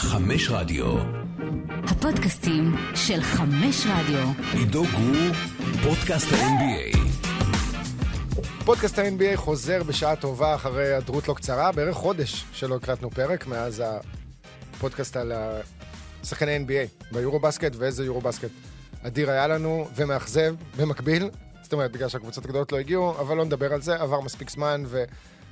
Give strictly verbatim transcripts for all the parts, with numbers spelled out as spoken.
חמש רדיו. הפודקאסטים של חמש רדיו. עידו גור, פודקאסט ה-אן בי איי. פודקאסט ה-אן בי איי חוזר בשעה טובה אחרי הדרות לא קצרה, בערך חודש שלא הקלטנו פרק מאז הפודקאסט על שחקני אן בי איי ביורובסקט, ואיזה יורובסקט אדיר היה לנו ומאכזב במקביל, זאת אומרת בגלל שהקבוצות הגדולות לא הגיעו, אבל לא נדבר על זה, עבר מספיק זמן. ו...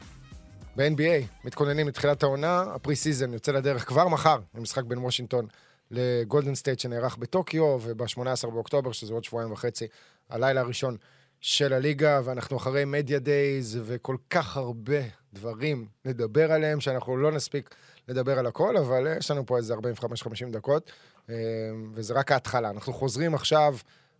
ב-אן בי איי מתכוננים לתחילת העונה, הפרי סיזן יוצא לדרך כבר מחר, במשחק בין וושינגטון לגולדן סטייט שנערך בטוקיו, וב-שמונה עשר באוקטובר, שזה עוד שבועיים וחצי, הלילה הראשון של הליגה, ואנחנו אחרי מדיה דייז, וכל כך הרבה דברים לדבר עליהם, שאנחנו לא נספיק לדבר על הכל, אבל יש לנו פה איזה ארבעים וחמש חמישים דקות, וזה רק ההתחלה. אנחנו חוזרים עכשיו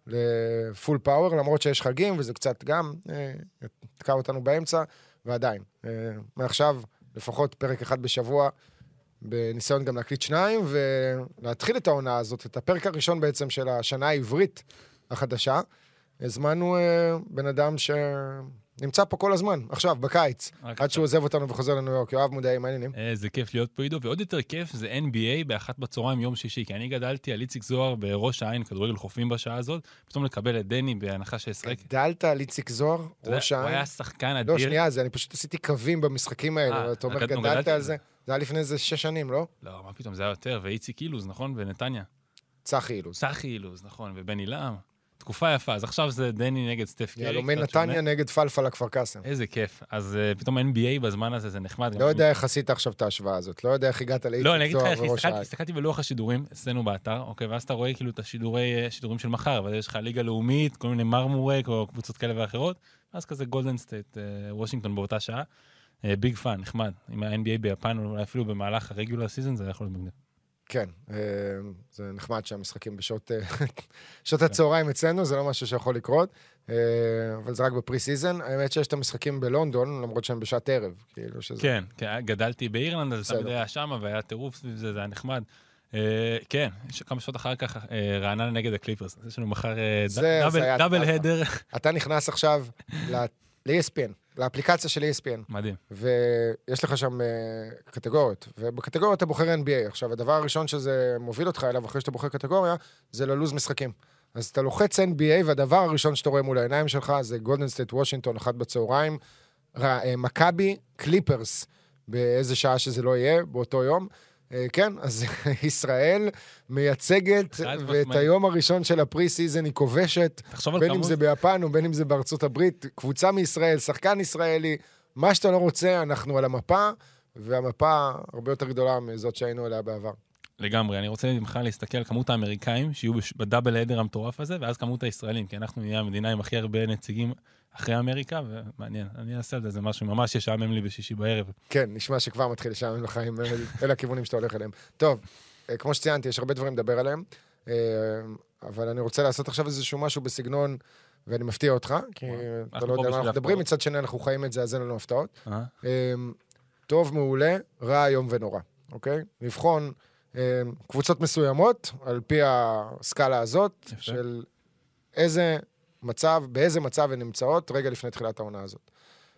לפול פאוור, למרות שיש חגים, וזה קצת גם תקע אותנו באמצע, ועדיין, מעכשיו לפחות פרק אחד בשבוע, בניסיון גם להקליט שניים, ולהתחיל את העונה הזאת, את הפרק הראשון בעצם של השנה העברית החדשה, הזמנו בן אדם שנמצא פה כל הזמן, עכשיו, בקיץ, עד שהוא עוזב אותנו וחוזר לניו יורק. יואב, מודעים, מה העניינים? זה כיף להיות פה עידו, ועוד יותר כיף זה אן בי איי באחת בצהריים יום שישי, כי אני גדלתי על איציק זוהר בראש העין, כדורגל חופים בשעה הזאת, פתאום לקבל את דני בהנחה שישחק. גדלת על איציק זוהר, ראש העין? הוא היה שחקן אדיר. לא, שנייה, זה, אני פשוט עשיתי קווים במשחקים האלה, אתה אומר, גדלת על זה? זה היה לפני איזה שש שנים, לא? לא, מה פתאום, זה היה יותר, ואיציק אילוז, נכון? ונתניה. צחי אילוז. צחי אילוז, נכון, ובן אילם. תקופה יפה, אז עכשיו זה דני נגד סטף קרי. יאללה, מנתניה נגד פלפל לכפר קאסם. איזה כיף. אז פתאום אן בי איי בזמן הזה זה נחמד. לא יודע איך עשית עכשיו את ההשוואה הזאת, לא יודע איך הגעת לאיציק זוהר וראש העין. לא, אני הסתכלתי בלוח השידורים, אצלנו באתר, אוקיי, ואז אתה רואה כאילו את השידורים של מחר, אבל יש לך ליגה לאומית, כל מיני מרמורק או קבוצות כאלה ואחרות, אז כזה גולדן סטייט, וושינגטון באותה שעה. ביג פאן, נחמד. עם ה-אן בי איי ביפן, או אפילו במהלך הרגולר סיזן, זה יכול להיות מגניב. כן, זה נחמד שהמשחקים בשעות שעות הצהריים אצלנו, זה לא משהו שיכול לקרות, אבל זה רק בפרי סיזן. האמת שיש את המשחקים בלונדון, למרות שהם בשעת ערב. כן, גדלתי באירלנד, אז תמיד היה שם, והיה טירוף סביב זה, זה היה נחמד. כן, כמה שעות אחר כך, רעננה נגד הקליפרס. יש לנו מחר דאבל הדר. אתה נכנס עכשיו ל-אי אס פי אן. לאפליקציה של אי אס פי אן. מדהים. ויש לך שם uh, קטגוריות, ובקטגוריות אתה בוחר אן בי איי. עכשיו, הדבר הראשון שזה מוביל אותך אליו, אחרי שאתה בוחר קטגוריה, זה ללוז משחקים. אז אתה לוחץ אן בי איי, והדבר הראשון שאתה רואה מול העיניים שלך, זה גולדן סטייט וושינגטון, אחת בצהריים, מכבי, קליפרס, באיזה שעה שזה לא יהיה, באותו יום. כן, אז ישראל מייצגת, ואת היום הראשון של הפרי סיזן היא כובשת, בין אם זה ביפן או בין אם זה בארצות הברית, קבוצה מישראל, שחקן ישראלי, מה שאתה לא רוצה, אנחנו על המפה, והמפה הרבה יותר גדולה מזאת שהיינו אליה בעבר. לגמרי, אני רוצה ממך להסתכל על כמות האמריקאים שיהיו בדאבל הדר המטורף הזה, ואז כמות הישראלים, כי אנחנו נהיה המדינה עם הכי הרבה נציגים אחרי אמריקה, ומעניין, אני אעשה את זה, זה משהו ממש ישעמם לי בשישי בערב. כן, נשמע שכבר מתחיל לשעמם לך עם אלה הכיוונים שאתה הולך אליהם. טוב, כמו שציינתי, יש הרבה דברים לדבר עליהם, אבל אני רוצה לעשות עכשיו איזשהו משהו בסגנון, ואני מפתיע אותך, כי אתה לא יודע מה אנחנו מדברים, מצד שני אנחנו חיים את זה, אז אין לנו הפתעות. טוב, מעולה, רע, איום ונורא, אוקיי? לבחון קבוצות מסוימות, על פי הסקאלה הזאת, של איזה מצב, באיזה מצב הן נמצאות, רגע לפני תחילת העונה הזאת.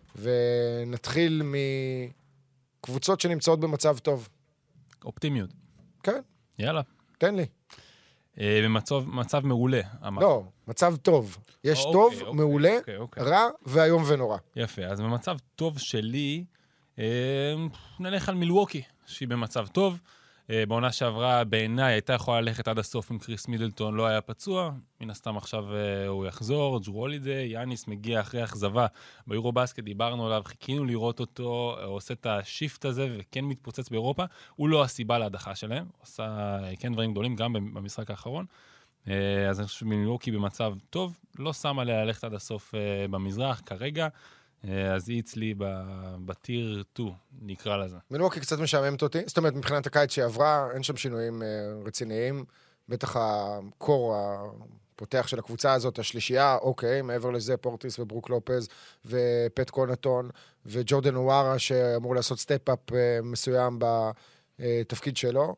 ונתחיל מקבוצות שנמצאות במצב טוב. אופטימיות. כן. יאללה. תן לי. במצב מצב מעולה. לא, מצב טוב. יש טוב, מעולה, רע והיום ונורא. יפה, אז במצב טוב שלי, נלך על מילווקי, שהיא במצב טוב. בעונה שעברה בעיניי הייתה יכולה ללכת עד הסוף אם קריס מידלטון לא היה פצוע, מן הסתם עכשיו הוא יחזור, ג'רו הולידיי, יאניס מגיע אחרי אכזבה ביורובסקט, דיברנו עליו, חיכינו לראות אותו, הוא עושה את השיפט הזה וכן מתפוצץ באירופה, הוא לא הסיבה להדחה שלהם, הוא עשה כן דברים גדולים גם במשחק האחרון, אז אני חושב שמילווקי במצב טוב, לא שם עליה ללכת עד הסוף במזרח כרגע, אז היא אצלי בטיר שתיים, נקרא לזה. מילווקי קצת משעממת אותי, זאת אומרת, מבחינת הקיץ שעברה, אין שם שינויים רציניים, בטח הקור הפותח של הקבוצה הזאת, השלישייה, אוקיי, מעבר לזה פורטיס וברוק לופז, ופט קונטון, וג'ורדן אווארה, שאמור לעשות סטייפ-אפ מסוים בתפקיד שלו.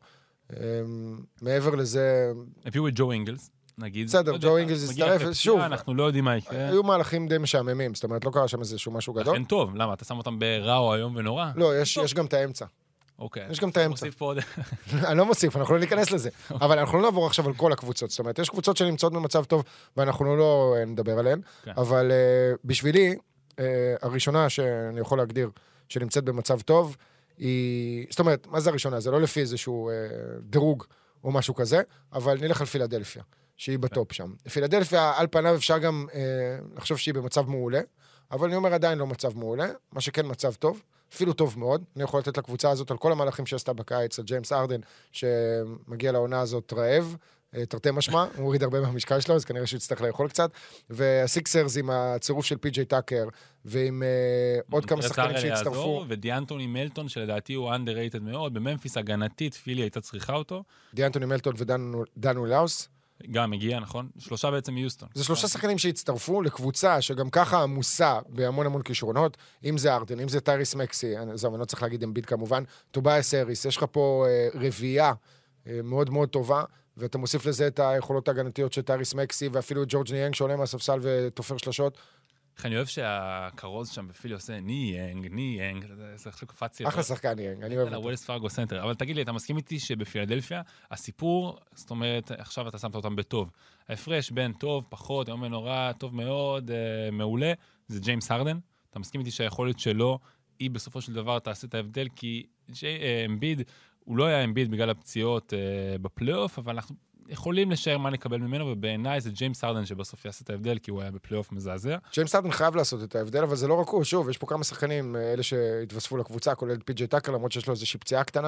מעבר לזה... הביאו את ג'ו אינגלס. נגיד. בסדר, ג'ו אינגלס הסתרף, שוב. אנחנו לא יודעים מה יקרה. היו מהלכים די משעממים, זאת אומרת, לא קרה שם איזשהו משהו גדול. לכן טוב, למה? אתה שם אותם ברע או היום ונורא? לא, יש גם את האמצע. אוקיי. יש גם את האמצע. מוסיף פה עוד... אני לא מוסיף, אנחנו לא ניכנס לזה. אבל אנחנו לא נעבור עכשיו על כל הקבוצות. זאת אומרת, יש קבוצות שנמצאות במצב טוב, ואנחנו לא נדבר עליהן. אבל בשבילי, הראשונה שאני יכול להגדיר שנמצאת במצב טוב, היא... זאת אומרת, מה זה הראשונה? זה לא לפי איזשהו דירוג או משהו כזה, אבל נלך על פילדלפיה, שהיא בטופ שם. פילדלפיה, על פניו אפשר גם לחשוב שהיא במצב מעולה, אבל אני אומר עדיין לא מצב מעולה, מה שכן מצב טוב, אפילו טוב מאוד. אני יכול לתת לקבוצה הזאת על כל המהלכים שעשתה בקיץ, על ג'יימס ארדן, שמגיע לעונה הזאת רעב, תרתי משמע, הוא הוריד הרבה מהמשקל שלו, אז כנראה שהוא יצטרך לאכול קצת, והסיקסרס עם הצירוף של פי.ג'יי טאקר, ועם עוד כמה שחקנים שהצטרפו. ודיאנטוני מלטון, שלדעתי הוא underrated מאוד, בממפיס הגנתית, פילי הייתה צריכה אותו. דיאנטוני מלטון ודנו לאוס. גם הגיע, נכון? שלושה בעצם מיוסטון. זה שלושה שחקנים שהצטרפו לקבוצה שגם ככה עמוסה בהמון המון כישרונות, אם זה ארדן, אם זה טייריס מקסי, זהו, אני לא צריך להגיד אמביד כמובן, טובייס האריס, יש לך פה רביעייה מאוד מאוד טובה, ואתה מוסיף לזה את היכולות ההגנתיות של טייריס מקסי, ואפילו את ג'ורג' ניאנג שעולה מהספסל ותופר שלשות. אני אוהב שהקרוז שם בפילי עושה ניאנג, ניאנג, זה עכשיו קפצתי. אחלה שחקן ניאנג, אני אוהב אותו. ווילס פארגו סנטר. אבל תגיד לי, אתה מסכים איתי שבפילדלפיה, הסיפור, זאת אומרת, עכשיו אתה שמת אותם בטוב. ההפרש בין טוב, פחות, יום נורא, טוב מאוד, מעולה, זה ג'יימס הרדן. אתה מסכים איתי שהיכולת שלו, היא בסופו של דבר תעשה את ההבדל, כי אמביד, הוא לא היה אמביד בגלל הפציעות בפלייאוף, אבל אנחנו יכולים לשער מה נקבל ממנו, ובעיניי זה ג'יימס ארדן שבסוף יעשה את ההבדל, כי הוא היה בפלייאוף מזעזע. ג'יימס ארדן חייב לעשות את ההבדל, אבל זה לא רק הוא, שוב, יש פה כמה שחקנים, אלה שהתווספו לקבוצה, כולל פי.ג'יי טאקר, למרות שיש לו איזושהי פציעה קטנה,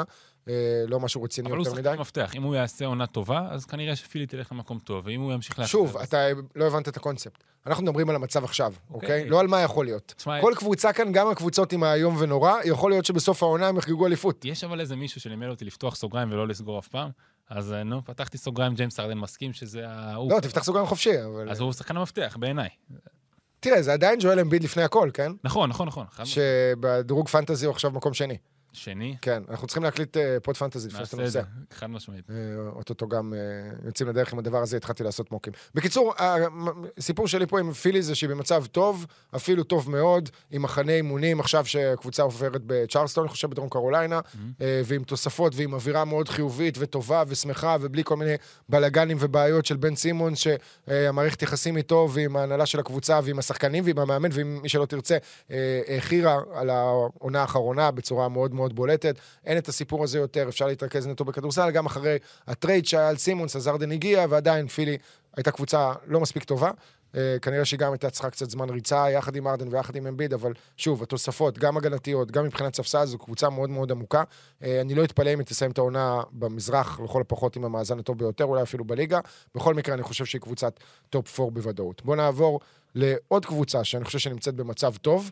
לא משהו רציני יותר מדי. אבל הוא שחקן מפתח, אם הוא יעשה עונה טובה, אז כנראה שפילי תלך למקום טוב, ואם הוא ימשיך לעשות... שוב, אתה לא הבנת את הקונספט. אנחנו מדברים על המצב עכשיו, אוקיי? לא על מה יכול להיות. כל קבוצה כאן, גם הקבוצות עם היום ונורא, יכול להיות שבסוף העונה הם יחגגו אליפות. יש אבל איזה מישהו שלימד אותי לפתוח סוגריים ולא לסגור אף פעם. אז נו, פתחתי סוגריים, ג'יימס ארדן מסכים שזה הוא. לא, תפתח סוגריים חופשי, אבל... אז הוא שחקן המפתח, בעיניי. תראה, זה עדיין ג'ואל אמביד לפני הכל, כן? נכון, נכון, נכון. שבדירוג פנטזי הוא עכשיו מקום שני. שני? כן, אנחנו צריכים להקליט פוד פנטזי לפני שאתה נוסע. חד משמעית. אותו גם יוצאים לדרך עם הדבר הזה, התחלתי לעשות מוקים. בקיצור, הסיפור שלי פה עם פילי זה שהיא במצב טוב, אפילו טוב מאוד, עם מחנה אימונים, עכשיו שקבוצה עוברת בצ'ארלסטון, אני חושב בדרום קרוליינה, ועם תוספות ועם אווירה מאוד חיובית וטובה ושמחה, ובלי כל מיני בלגנים ובעיות של בן סימונס, שהמערכת יחסים איתו, ועם ההנהלה של הקבוצה, ועם השחקנים, ועם המאמן, ועם מי שלא תרצה, הכירה על העונה האחרונה בצורה מאוד מאוד בולטת. אין את הסיפור הזה יותר, אפשר להתרכז נטו בכדורסל, גם אחרי הטרייד שהיה על סימונס, אז ארדן הגיע, ועדיין פילי הייתה קבוצה לא מספיק טובה. כנראה שגם הייתה צריכה קצת זמן ריצה, יחד עם ארדן ויחד עם אמביד, אבל שוב, התוספות, גם הגנתיות, גם מבחינת ספסל, זו קבוצה מאוד מאוד עמוקה. אני לא אתפלא אם היא תסיים את העונה במזרח, לכל הפחות עם המאזן הטוב ביותר, אולי אפילו בליגה. בכל מקרה, אני חושב שהיא קבוצת טופ ארבע בוודאות. בוא נעבור לעוד קבוצה שאני חושב שנמצאת במצב טוב.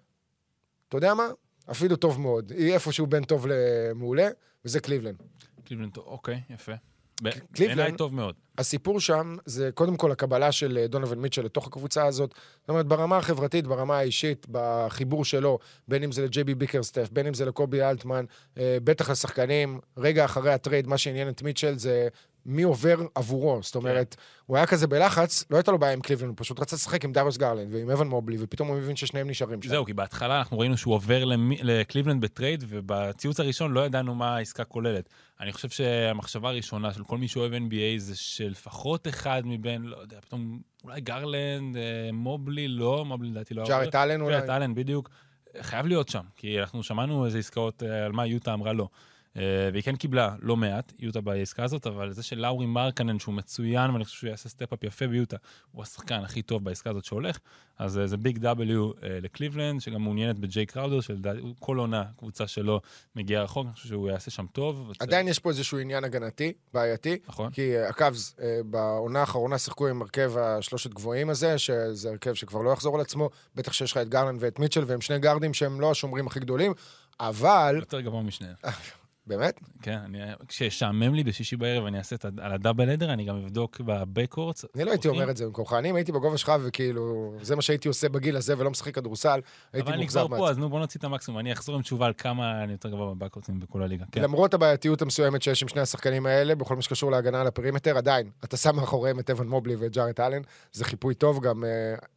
אתה יודע מה? אפילו טוב מאוד. היא איפשהו בין טוב למעולה, וזה קליבלנד. קליבלנד, אוקיי, יפה. בעיניי טוב מאוד. הסיפור שם זה קודם כל הקבלה של דונובל מיטשל לתוך הקבוצה הזאת, זאת אומרת, ברמה החברתית, ברמה האישית, בחיבור שלו, בין אם זה לג'יי בי ביקרסטף, בין אם זה לקובי אלטמן, בטח לשחקנים, רגע אחרי הטרייד, מה שעניין את מיטשל זה מי עובר עבורו, זאת אומרת, הוא היה כזה בלחץ, לא הייתה לו בעיה עם קליבלנד, הוא פשוט רצה לשחק עם דריוס גרלנד ועם אבן מובלי, ופתאום הוא מבין ששניהם נשארים שם. זהו, כי בהתחלה אנחנו ראינו שהוא עובר לקליבלנד בטרייד, ובציוץ הראשון לא ידענו מה העסקה כוללת. אני חושב שהמחשבה הראשונה של כל מי שאוהב אן בי איי זה שלפחות אחד מבין, לא יודע, פתאום אולי גרלנד, מובלי, לא, מובלי לדעתי לא. ג'ארט אלן אולי. ג'ארט אלן, בדיוק. חייב להיות שם, כי אנחנו שמענו איזה עסקאות על מה יוטה אמרה לו. והיא כן קיבלה לא מעט, יוטה בעסקה הזאת, אבל זה של לאורי מרקנן, שהוא מצוין, ואני חושב שהוא יעשה סטפ-אפ יפה ביוטה, הוא השחקן הכי טוב בעסקה הזאת שהולך, אז זה ביג דאבליו לקליבלנד, שגם מעוניינת בג'יי קראודר, כל עונה, קבוצה שלו מגיעה רחוק, אני חושב שהוא יעשה שם טוב. עדיין יש פה איזשהו עניין הגנתי, בעייתי, כי הקאבס בעונה האחרונה שיחקו עם הרכב השלושת גבוהים הזה, שזה הרכב שכבר לא יחזור על עצמו, בטח שיש לך את גרלנד ואת מיטשל, והם שני גארדים שהם לא השומרים הכי גדולים, אבל... יותר גבוה משניהם. באמת? כן, כששעמם לי בשישי בערב, אני אעשה על הדאבל אדר, אני גם אבדוק בבקורץ. אני לא הייתי אומר את זה במקומך, אני הייתי בגובה שלך, וכאילו, זה מה שהייתי עושה בגיל הזה, ולא משחק כדורסל, הייתי מוחזר מעצמי. אבל אני כבר פה, אז נו, בוא נוציא את המקסימום, אני אחזור עם תשובה על כמה אני יותר גבוה בבקורצים בכל הליגה. למרות הבעייתיות המסוימת שיש עם שני השחקנים האלה, בכל מה שקשור להגנה על הפרימטר, עדיין, אתה שם מאחוריהם את אבן מובלי ואת ג'ארט אלן, זה חיפוי טוב, גם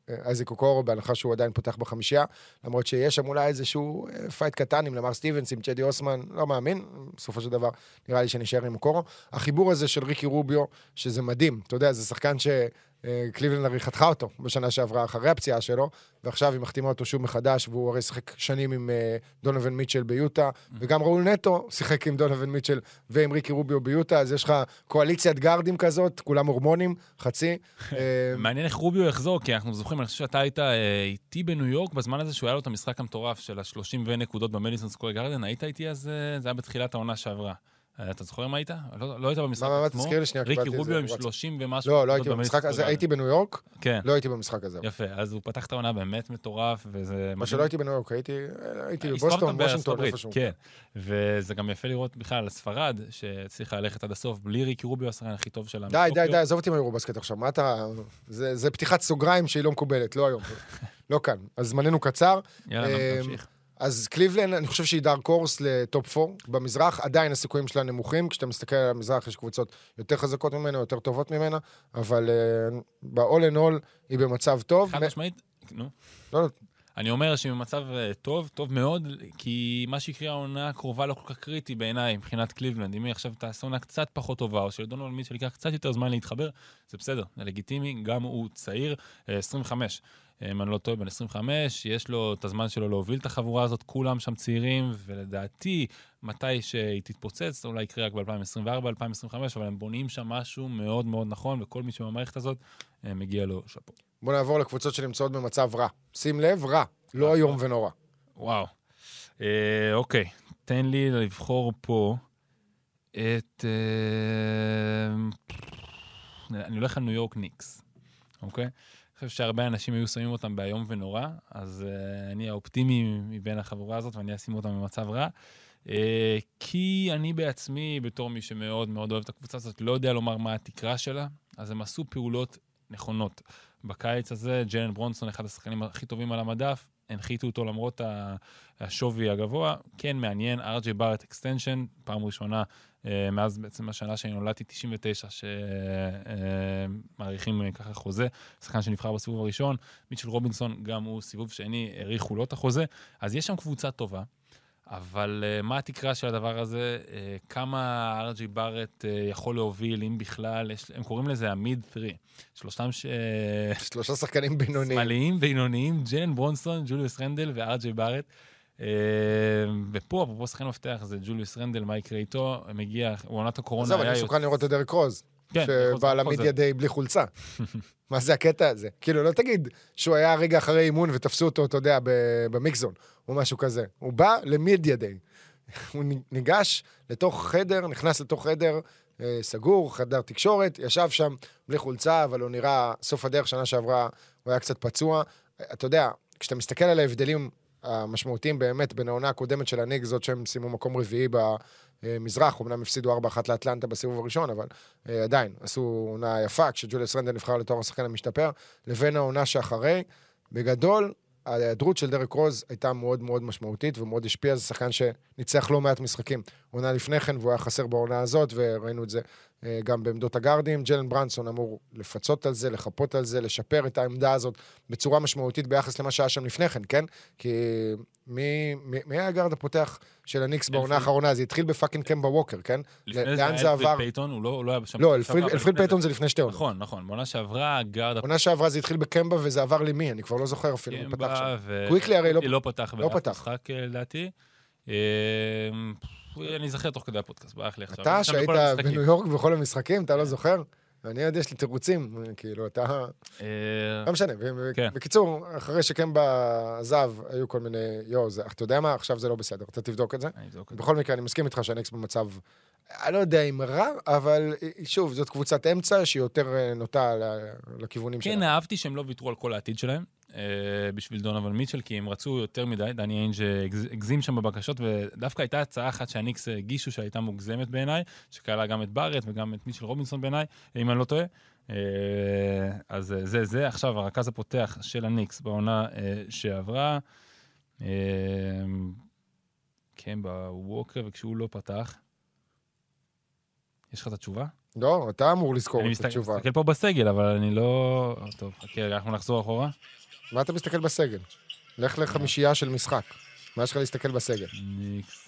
אייזק אוקורו, בהנחה שהוא עדיין פותח בחמישייה, למרות שיש שם אולי איזשהו פייט קטן עם למר סטיבנס, עם צ'די אוסמן, לא מאמין, בסופו של דבר נראה לי שנשאר עם אוקורו. החיבור הזה של ריקי רוביו, שזה מדהים, אתה יודע, זה שחקן ש... קליבלנד הרי חתכה אותו בשנה שעברה אחרי הפציעה שלו, ועכשיו היא מחתימה אותו שוב מחדש, והוא הרי שיחק שנים עם דונובין מיטשל ביוטה, וגם ראול נטו שיחק עם דונובין מיטשל ועם ריקי רוביו ביוטה, אז יש לך קואליציית גארדים כזאת, כולם הורמונים, חצי. מעניין איך רוביו יחזור, כי אנחנו זוכרים, אני חושב שאתה היית איתי בניו יורק, בזמן הזה שהוא היה לו את המשחק המטורף של ה-שלושים ונקודות במדיסון סקוור גארדן, היית איתי אז, זה היה בתחילת העונה שעברה. אתה זוכר מה היית? לא היית במשחק עצמו? ריקי רוביו עם שלושים ומשהו. לא, לא הייתי במשחק הזה, הייתי בניו יורק, לא הייתי במשחק הזה. יפה, אז הוא פתח את העונה באמת מטורף, וזה... מה שלא הייתי בניו יורק, הייתי בבוסטון, וושינגטון, איפשהו. כן, וזה גם יפה לראות בכלל על ספרד, שצריכה ללכת עד הסוף, בלי ריקי רוביו, השחקן הכי טוב שלה. די, די, די, עזוב אותי מהיורובסקט עכשיו, מה אתה... זה פתיחת סוגריים שהיא לא מקובלת, לא היום. לא כאן. אז זמננו קצר. יאללה, נמשיך. אז קליבלנד, אני חושב שהיא דארק הורס לטופ ארבע במזרח, עדיין הסיכויים שלה נמוכים, כשאתה מסתכל על המזרח יש קבוצות יותר חזקות ממנה, יותר טובות ממנה, אבל ב-all in all היא במצב טוב. חד משמעית, נו. לא, לא. אני אומר שהיא במצב טוב, טוב מאוד, כי מה שיקרה העונה הקרובה לא כל כך קריטי בעיניי, מבחינת קליבלנד. אם היא עכשיו תעשה עונה קצת פחות טובה, או שלדונובל מיטשל ייקח קצת יותר זמן להתחבר, זה בסדר, זה לגיטימי, גם הוא צעיר, עשרים וחמש. אם אני לא טועה, בן עשרים וחמש, יש לו את הזמן שלו להוביל את החבורה הזאת, כולם שם צעירים, ולדעתי, מתי שהיא תתפוצץ, אולי יקרה רק ב-אלפיים עשרים וארבע, אלפיים עשרים וחמש, אבל הם בונים שם משהו מאוד מאוד נכון, וכל מי שבמערכת הזאת, מגיע לו שפו. בוא נעבור לקבוצות שנמצאות במצב רע. שים לב, רע, לא איום ונורא. וואו. אה, אוקיי, תן לי לבחור פה את... אה, אני הולך על ניו יורק ניקס, אוקיי? אני חושב שהרבה אנשים היו שמים אותם ביום ונורא, אז uh, אני האופטימי מבין החבורה הזאת, ואני אשים אותם במצב רע. Uh, כי אני בעצמי, בתור מי שמאוד מאוד אוהב את הקבוצה הזאת, לא יודע לומר מה התקרה שלה, אז הם עשו פעולות נכונות. בקיץ הזה, ג'יילן ברונסון, אחד השחקנים הכי טובים על המדף, הנחיתו אותו למרות השווי הגבוה. כן, מעניין, אר ג'יי בארט אקסטנשן, פעם ראשונה, מאז בעצם השנה שאני נולדתי, תשעים ותשע, שמעריכים ככה חוזה, שחקן שנבחר בסיבוב הראשון, מיטשל רובינסון, גם הוא סיבוב שני, העריכו לו את החוזה, אז יש שם קבוצה טובה, אבל מה התקרה של הדבר הזה, כמה אר ג'יי בארט יכול להוביל, אם בכלל, הם קוראים לזה המיד שלוש, שלושתם ש... שלושה שחקנים בינוניים. שמאליים, בינוניים, ג'יילן ברונסון, ג'וליוס רנדל ואר ג'יי בארט, ופה, אפרופו שחקן מפתח, זה ג'וליוס רנדל, מה יקרה איתו, מגיע, עונת הקורונה היה... אז אני מסוכן לראות את דרק רוז, שבא למידיה די בלי חולצה. מה זה הקטע הזה? כאילו, לא תגיד שהוא היה רגע אחרי אימון ותפסו אותו, אתה יודע, במיקזון, או משהו כזה. הוא בא למידיה די. הוא ניגש לתוך חדר, נכנס לתוך חדר סגור, חדר תקשורת, ישב שם בלי חולצה, אבל הוא נראה, סוף הדרך שנה שעברה, הוא היה קצת פצוע. אתה יודע, כשאתה מסתכל על ההבדלים המשמעותיים באמת בין העונה הקודמת של הניק, זאת שהם שימו מקום רביעי במזרח, אומנם הפסידו ארבע אחת לאטלנטה בסיבוב הראשון, אבל עדיין עשו עונה יפה, כשג'וליוס רנדל נבחר לתואר השחקן המשתפר, לבין העונה שאחרי, בגדול, ההיעדרות של דרק רוז הייתה מאוד מאוד משמעותית, ומאוד השפיע, זה שחקן שניצח לא מעט משחקים. עונה לפני כן, והוא היה חסר בעונה הזאת, וראינו את זה גם בעמדות הגארדים. ג'יילן ברנסון אמור לפצות על זה, לחפות על זה, לשפר את העמדה הזאת בצורה משמעותית ביחס למה שהיה שם לפני כן, כן? כי מי, מי, מי היה הגארד הפותח של הניקס בעונה האחרונה? זה התחיל בפאקינג קמבה ווקר, כן? לאן זה עבר? אלפריד פייתון, הוא לא, לא היה בשם... לא, אלפריד פייתון זה לפני שתי עונות. נכון, נכון. בעונה שעברה, הגארד... בעונה שעברה זה התחיל בקמבה וזה עבר למי? אני כבר לא זוכר אפילו, הוא פתח שם. קוויקלי הרי לא פתח באף משחק, לדעתי. אני זוכר תוך כדי הפודקאסט, ברח לי עכשיו. אתה שהיית בניו יורק בכל המשחקים, אתה לא זוכר? ואני יודע, יש לי תירוצים, כאילו, אתה... לא משנה. בקיצור, אחרי שקמבה עזב, היו כל מיני... יו, אתה יודע מה? עכשיו זה לא בסדר. אתה תבדוק את זה. בכל מקרה, אני מסכים איתך שהניקס במצב... אני לא יודע אם רע, אבל שוב, זאת קבוצת אמצע שהיא יותר נוטה לכיוונים שלה. כן, אהבתי שהם לא ויתרו על כל העתיד שלהם. בשביל דונובל מיטשל, כי הם רצו יותר מדי, דני איינג' הגזים שם בבקשות, ודווקא הייתה הצעה אחת שהניקס הגישו שהייתה מוגזמת בעיניי, שכאלה גם את בארט וגם את מיטשל רובינסון בעיניי, אם אני לא טועה. אז זה, זה עכשיו הרכז הפותח של הניקס בעונה שעברה. כן, בווקר, וכשהוא לא פתח. יש לך את התשובה? לא, אתה אמור לזכור את התשובה. אני מסתכל פה בסגל, אבל אני לא... טוב, חכה, אנחנו נחזור אחורה. מה אתה מסתכל בסגל? לך לחמישייה של משחק. מה יש לך להסתכל בסגל? ניקס.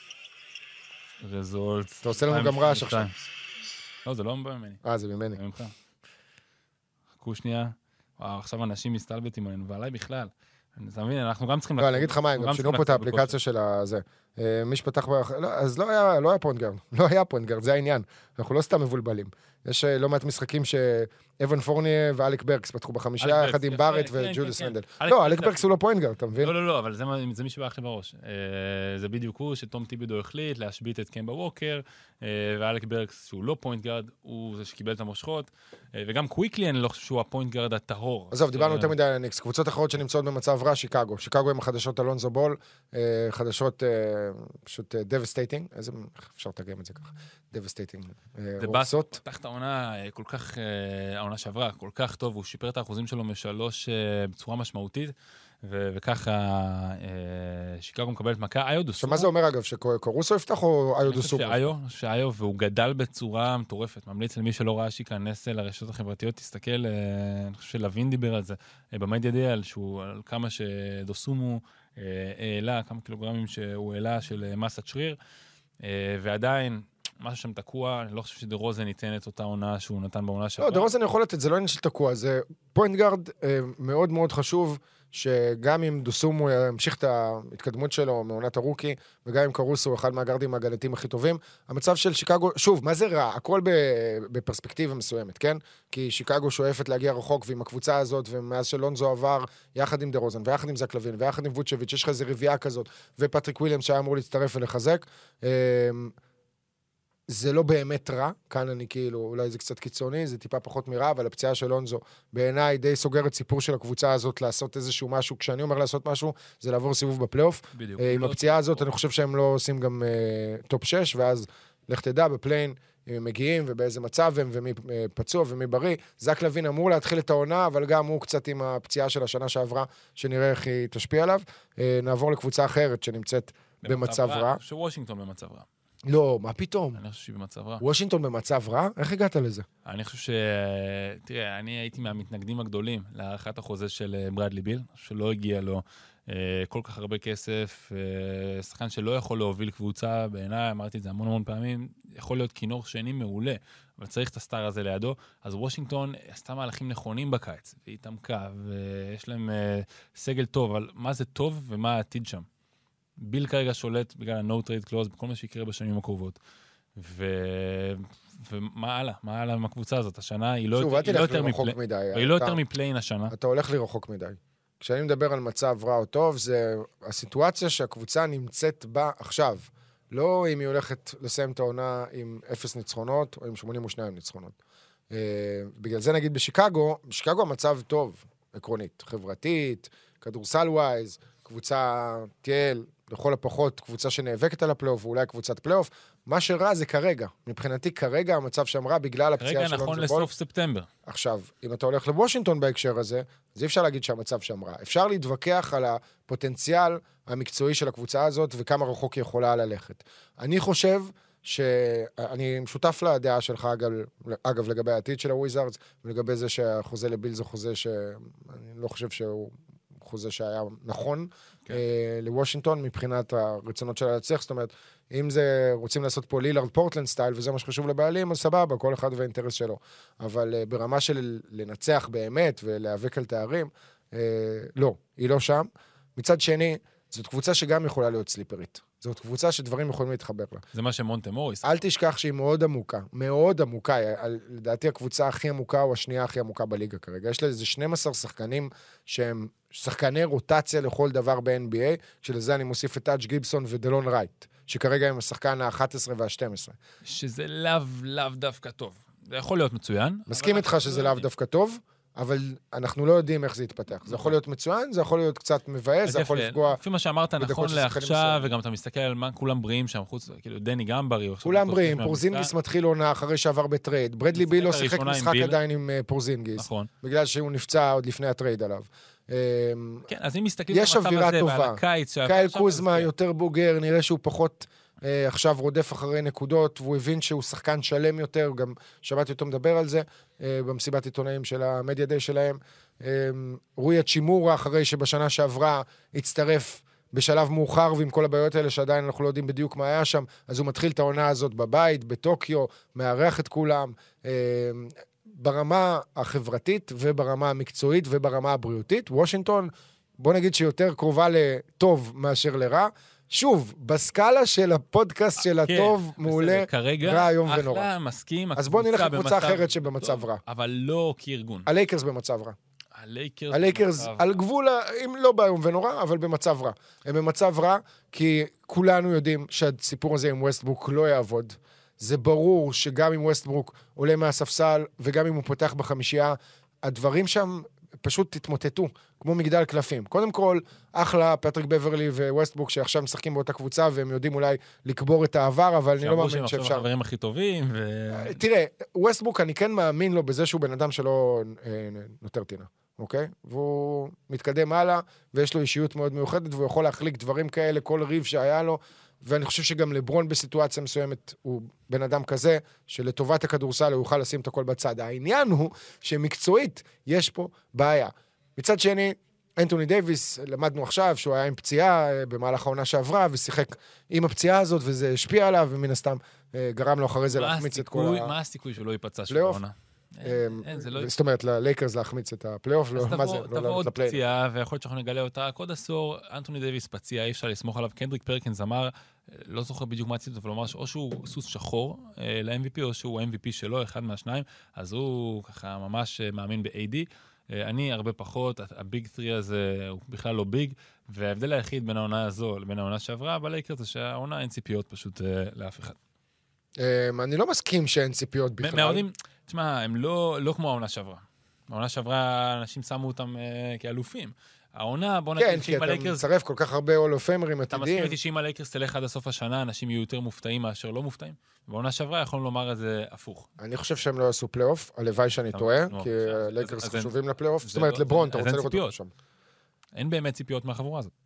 רזולט. אתה עושה לנו גם רעש עכשיו. לא, זה לא ממני. אה, זה ממני. חכו שנייה. וואו, עכשיו אנשים מסתלבטים עלינו, ועליי בכלל. אתה מבין, אנחנו גם צריכים... לא, אני אגיד לך מה, הם גם שינו פה את האפליקציה של הזה. מי שפתח... אז לא היה, לא היה פוינטגארד. לא היה פוינטגארד, זה העניין. אנחנו לא סתם מבולבלים. יש לא מעט משחקים שאבן פורניה ואלק ברקס פתחו בחמישייה, יחד עם בארט וג'וליוס רנדל. לא, אלק ברקס הוא לא פוינטגארד, אתה מבין? לא, לא, לא, אבל זה מי שבא אחרי בראש. זה בדיוק הוא שתום טיבידו החליט להשביט את קמבה ווקר, ואלק ברקס שהוא לא פוינטגארד, הוא זה שקיבל את המושכות, וגם קוויקלי אני לא חושב שהוא הפוינטגארד הטהור. עזוב, דיברנו יותר מדי על הניקס. קבוצות אחרות שנמצאות במצב רע, שיקגו. שיקגו עם החדשות אלונזו בול, חדשות פשוט devastating. איזה, אפשר לתרגם את זה ככה? devastating. זה בא, פתח את העונה כל כך, העונה שעברה, כל כך טוב, הוא שיפר את האחוזים שלו משלוש בצורה משמעותית, וככה שיקגו מקבלת מכה. איו דוסומו. שמה זה אומר אגב, שקורוסו יפתח או איו דוסומו? שאיו, שאיו, והוא גדל בצורה מטורפת. ממליץ למי שלא ראה שייכנס לרשתות החברתיות, תסתכל, אני חושב שלווין דיבר על זה, במדיה דיאל, שהוא על כמה שדוסומו העלה, כמה קילוגרמים שהוא העלה של מסת שריר, ועדיין, משהו שם תקוע, אני לא חושב שדרוזן ייתן את אותה עונה שהוא נתן בעונה שעברה. לא, דרוזן יכול לתת, זה לא עניין של תקוע, זה פוינטגארד מאוד מאוד חשוב, שגם אם דוסומו ימשיך את ההתקדמות שלו מעונת הרוקי, וגם אם קרוסו הוא אחד מהגארדים ההגנתיים הכי טובים, המצב של שיקגו, שוב, מה זה רע? הכל בפרספקטיבה מסוימת, כן? כי שיקגו שואפת להגיע רחוק, ועם הקבוצה הזאת, ומאז שלונזו עבר, יחד עם דרוזן, ויחד עם זק לוין, ויחד עם ווצ'ביץ', יש לך איזה רביעה כזאת, ופטריק וויליאמס שהיה אמור להצטרף ולחזק. זה לא באמת רע, כאן אני כאילו, אולי זה קצת קיצוני, זה טיפה פחות מרע, אבל הפציעה של לונזו בעיניי די סוגרת סיפור של הקבוצה הזאת לעשות איזשהו משהו, כשאני אומר לעשות משהו, זה לעבור סיבוב בפלייאוף. בדיוק. עם הפציעה הזאת, אני חושב שהם לא עושים גם טופ שש, ואז לך תדע בפליין, אם הם מגיעים ובאיזה מצב הם, ומי פצוע ומי בריא. זק לוין אמור להתחיל את העונה, אבל גם הוא קצת עם הפציעה של השנה שעברה, שנראה איך היא תשפיע עליו. נעבור לקבוצה אחרת שנמצאת במצב רע. שוושינגטון במצב רע. לא, מה פתאום? אני חושב שהיא במצב רע. וושינגטון במצב רע? איך הגעת לזה? אני חושב ש... תראה, אני הייתי מהמתנגדים הגדולים להארכת החוזה של ברדלי ביל, שלא הגיע לו כל כך הרבה כסף, שחקן שלא יכול להוביל קבוצה, בעיניי, אמרתי את זה המון המון פעמים, יכול להיות כינור שני מעולה, אבל צריך את הסטאר הזה לידו. אז וושינגטון עשתה מהלכים נכונים בקיץ, והיא תמכה, ויש להם סגל טוב, אבל מה זה טוב ומה העתיד שם? ביל כרגע שולט בגלל ה-no trade clause בכל מה שיקרה בשנים הקרובות. ו... ומה הלאה? מה הלאה עם הקבוצה הזאת? השנה היא לא, שוב, יותר, היא לא יותר מפלי... מפלי... מדי. היא לא יותר מפליין השנה. אתה הולך לי רחוק מדי. כשאני מדבר על מצב רע או טוב, זה הסיטואציה שהקבוצה נמצאת בה עכשיו. לא אם היא הולכת לסיים את העונה עם אפס ניצחונות, או עם שמונים ושניים ניצחונות. בגלל זה נגיד בשיקגו, בשיקגו המצב טוב, עקרונית, חברתית, כדורסל ווייז, קבוצה תיאל, לכל הפחות קבוצה שנאבקת על הפלייאוף, ואולי קבוצת פלייאוף. מה שרע זה כרגע. מבחינתי כרגע המצב שם רע בגלל הפציעה של לונזו בול. כרגע נכון לסוף ספטמבר. עכשיו, אם אתה הולך לוושינגטון בהקשר הזה, אז אי אפשר להגיד שהמצב שם רע. אפשר להתווכח על הפוטנציאל המקצועי של הקבוצה הזאת, וכמה רחוק היא יכולה ללכת. אני חושב שאני משותף לדעה שלך, אגב, אגב לגבי העתיד של הוויזארדס, ולגבי זה שהחוזה לביל זה חוזה שאני לא חושב שהוא חוזה שהיה נכון, כן. אה, לוושינגטון מבחינת הרצונות שלה להצליח, זאת אומרת, אם זה רוצים לעשות פה לילארד פורטלנד סטייל, וזה מה שחשוב לבעלים, אז סבבה, כל אחד והאינטרס שלו. אבל אה, ברמה של לנצח באמת ולהיאבק על תארים, אה, לא, היא לא שם. מצד שני, זאת קבוצה שגם יכולה להיות סליפרית. זאת קבוצה שדברים יכולים להתחבר לה. זה מה שמונטה מוריס. אל תשכח שהיא מאוד עמוקה, מאוד עמוקה. לדעתי הקבוצה הכי עמוקה או השנייה הכי עמוקה בליגה כרגע. יש לה איזה שנים עשר שחקנים שהם שחקני רוטציה לכל דבר ב-אן בי איי, שלזה אני מוסיף את טאג' גיבסון ודלון רייט, שכרגע הם השחקן ה-אחת עשרה וה-שתים עשרה. שזה לאו, לאו דווקא טוב. זה יכול להיות מצוין. מסכים איתך שזה לאו דווקא טוב, אבל אנחנו לא יודעים איך זה יתפתח. זה יכול להיות מצוין, זה יכול להיות קצת מבאס, זה יכול לפגוע... לפי מה שאמרת, נכון לעכשיו, וגם אתה מסתכל על מה כולם בריאים שם, חוץ, כאילו, דני גם בריא. כולם בריאים, פורזינגיס מתחיל עונה אחרי שעבר בטרייד. ברדלי ביל לא שיחק משחק עדיין עם פורזינגיס. בגלל שהוא נפצע עוד לפני הטרייד עליו. כן, אז אם מסתכלים על המצב הזה ועל הקיץ... קייל קוזמה יותר בוגר, נראה שהוא פחות אה, עכשיו רודף אחרי נקודות, והוא הבין שהוא שחקן שלם יותר, גם שמעתי אותו מדבר על זה, אה, במסיבת עיתונאים של המדיה דיי שלהם. אה, רוי צ'ימורה, אחרי שבשנה שעברה הצטרף בשלב מאוחר, ועם כל הבעיות האלה שעדיין אנחנו לא יודעים בדיוק מה היה שם, אז הוא מתחיל את העונה הזאת בבית, בטוקיו, מארח את כולם, אה, ברמה החברתית וברמה המקצועית וברמה הבריאותית. וושינגטון, בוא נגיד שיותר קרובה לטוב מאשר לרע. שוב, בסקאלה של הפודקאסט של הטוב, מעולה, רע, איום ונורא. אחלה, מסכים. אז בוא נלך לקבוצה אחרת שבמצב רע. אבל לא כארגון. הלייקרס במצב רע. הלייקרס, הלייקרס על גבול, אם לא באיום ונורא, אבל במצב רע. הם במצב רע, כי כולנו יודעים שהסיפור הזה עם ווסטברוק לא יעבוד. זה ברור שגם אם ווסטברוק עולה מהספסל, וגם אם הוא פותח בחמישייה, הדברים שם פשוט תתמוטטו, כמו מגדל קלפים. קודם כל, אחלה, פטריק בברלי וווסטברוק, שעכשיו משחקים באותה קבוצה, והם יודעים אולי לקבור את העבר, אבל אני לא מאמין שאפשר. שעברו שהם החברים הכי טובים, ו... תראה, ווסטברוק, אני כן מאמין לו בזה שהוא בן אדם שלא נותר טינה, אוקיי? והוא מתקדם הלאה, ויש לו אישיות מאוד מיוחדת, והוא יכול להחליק דברים כאלה, כל ריב שהיה לו, ואני חושב שגם לברון בסיטואציה מסוימת הוא בן אדם כזה, שלטובת הכדורסל הוא יוכל לשים את הכל בצד. העניין הוא שמקצועית יש פה בעיה. מצד שני, אנטוני דייביס, למדנו עכשיו שהוא היה עם פציעה במהלך העונה שעברה, ושיחק עם הפציעה הזאת, וזה השפיע עליו, ומן הסתם גרם לו אחרי זה להחמיץ את כל ה... מה הסיכוי שהוא לא ייפצע של העונה? זאת אומרת, ללייקרס להחמיץ את הפלייאוף, מה זה? תבוא עוד פציעה, ויכול להיות שאנחנו נגלה אותה. עוד עשור, אנטוני דייביס פציעה, אי אפשר לסמוך עליו. קנדריק פרקינס אמר, לא זוכר בדיוק מה הציטוט, אבל הוא אמר שאו שהוא סוס שחור ל-אם וי פי, או שהוא ה-אם וי פי שלו, אחד מהשניים, אז הוא ככה ממש מאמין ב-איי די. אני הרבה פחות, הביג טרי הזה הוא בכלל לא ביג, וההבדל היחיד בין העונה הזו לבין העונה שעברה, בלייקרס זה שהעונה אין ציפיות פשוט לאף אחד. אני לא מסכים שאין ציפיות בכלל. מהעודים, תשמע, הם לא, לא כמו העונה שעברה. העונה שעברה, אנשים שמו אותם uh, כאלופים. העונה, בוא נגיד, כן, כי אתה מצרף כל כך הרבה אולו-פיימרים עתידיים. אתה מסכים איתי שאם הלייקרס תלך עד הסוף השנה, אנשים יהיו יותר מופתעים מאשר לא מופתעים? בעונה שעברה יכולים לומר את זה הפוך. אני חושב שהם לא יעשו פלייאוף, הלוואי שאני טועה, כי הלייקרס חשובים לפלייאוף. זאת אומרת, לברון, אתה רוצה לראות אותו שם. אין באמת ציפיות מהחבורה הזאת.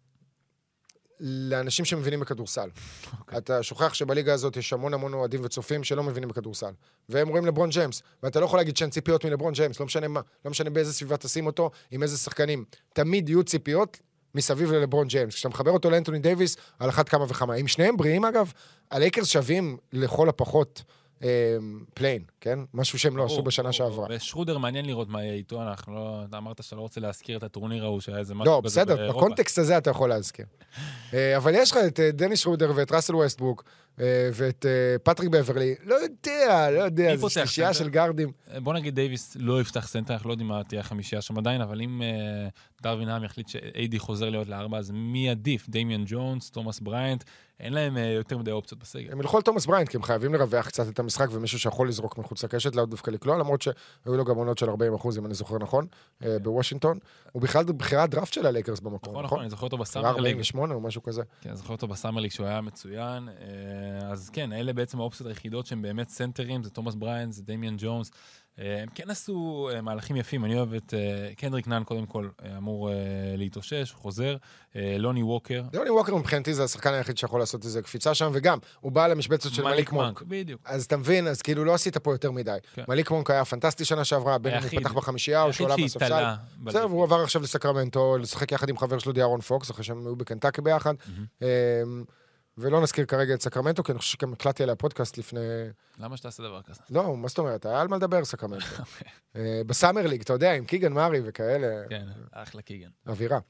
לאנשים שמבינים בכדורסל. אתה שוכח שבליגה הזאת יש המון המון אוהדים וצופים שלא מבינים בכדורסל. והם רואים לברון ג'יימס, ואתה לא יכול להגיד שאין ציפיות מלברון ג'יימס, לא משנה מה, לא משנה באיזה סביבה תשים אותו, עם איזה שחקנים. תמיד יהיו ציפיות מסביב ללברון ג'יימס. כשאתה מחבר אותו לאנטוני דייביס, על אחת כמה וכמה. אם שניהם בריאים, אגב, הלייקרס שווים לכל הפחות פליין, כן? משהו שהם לא עשו בשנה שעברה. ושרודר מעניין לראות מה יהיה איתו, אנחנו לא, אתה אמרת שאתה לא רוצה להזכיר את הטורניר ההוא, שהיה איזה משהו לא, בסדר, בקונטקסט הזה אתה יכול להזכיר. אבל יש לך את דני שרודר ואת ראסל ווסטברוק, ואת פטריק בברלי, לא יודע, לא יודע, זו שלישייה של גארדים. בוא נגיד דייביס לא יפתח סנטר, אנחנו לא יודעים מה תהיה החמישייה שם עדיין, אבל אם דרווין האם יחליט שאיי די חוזר להיות לארבע, אז מי עדיף? דמיאן ג'ונס, תומאס בריינט, אין להם יותר מדי אופציות בסגל. הם ילכו על תומאס בריינט, כי הם חייבים לרווח קצת את המשחק, ומישהו שיכול לזרוק מחוץ לקשת, לא דווקא לקלוע, למרות שהיו לו גם עונות של ארבעים אחוז, אם אני זוכר נכון, בוושינגטון. הוא בכלל בחירת דראפט של הלייקרס במקום, נכון? נכון, אני זוכר אותו בסאמר ליג. ארבעים ושמונה או משהו כזה. כן, אני זוכר אותו בסאמר ליג שהוא היה מצוין. אז כן, אלה בעצם האופציות היחידות שהם באמת סנטרים, זה תומאס בריינט, זה דמיאן ג'ונס. הם כן עשו מהלכים יפים, אני אוהב את קנדריק נאן קודם כל, אמור להתאושש, חוזר, לוני ווקר. לוני ווקר מבחינתי זה השחקן היחיד שיכול לעשות איזה קפיצה שם, וגם הוא בא למשבצת של מליק מונק. בדיוק. אז אתה מבין, אז כאילו לא עשית פה יותר מדי. מליק מונק היה פנטסטי שנה שעברה, בין אם הוא פתח בחמישייה או שעולה בספסל. בסדר, והוא עבר עכשיו לסקרמנטו, לשחק יחד עם חבר שלו דיארון פוקס, אחרי שהם היו בקנטקי ביחד. ולא נזכיר כרגע את סקרמנטו, כי אני חושב שגם הקלטתי עליה פודקאסט לפני... למה שתעשה דבר כזה? לא, מה זאת אומרת? היה על מה לדבר סקרמנטו. בסאמר ליג, אתה יודע, עם קיגן מארי וכאלה. כן, אחלה קיגן. אווירה.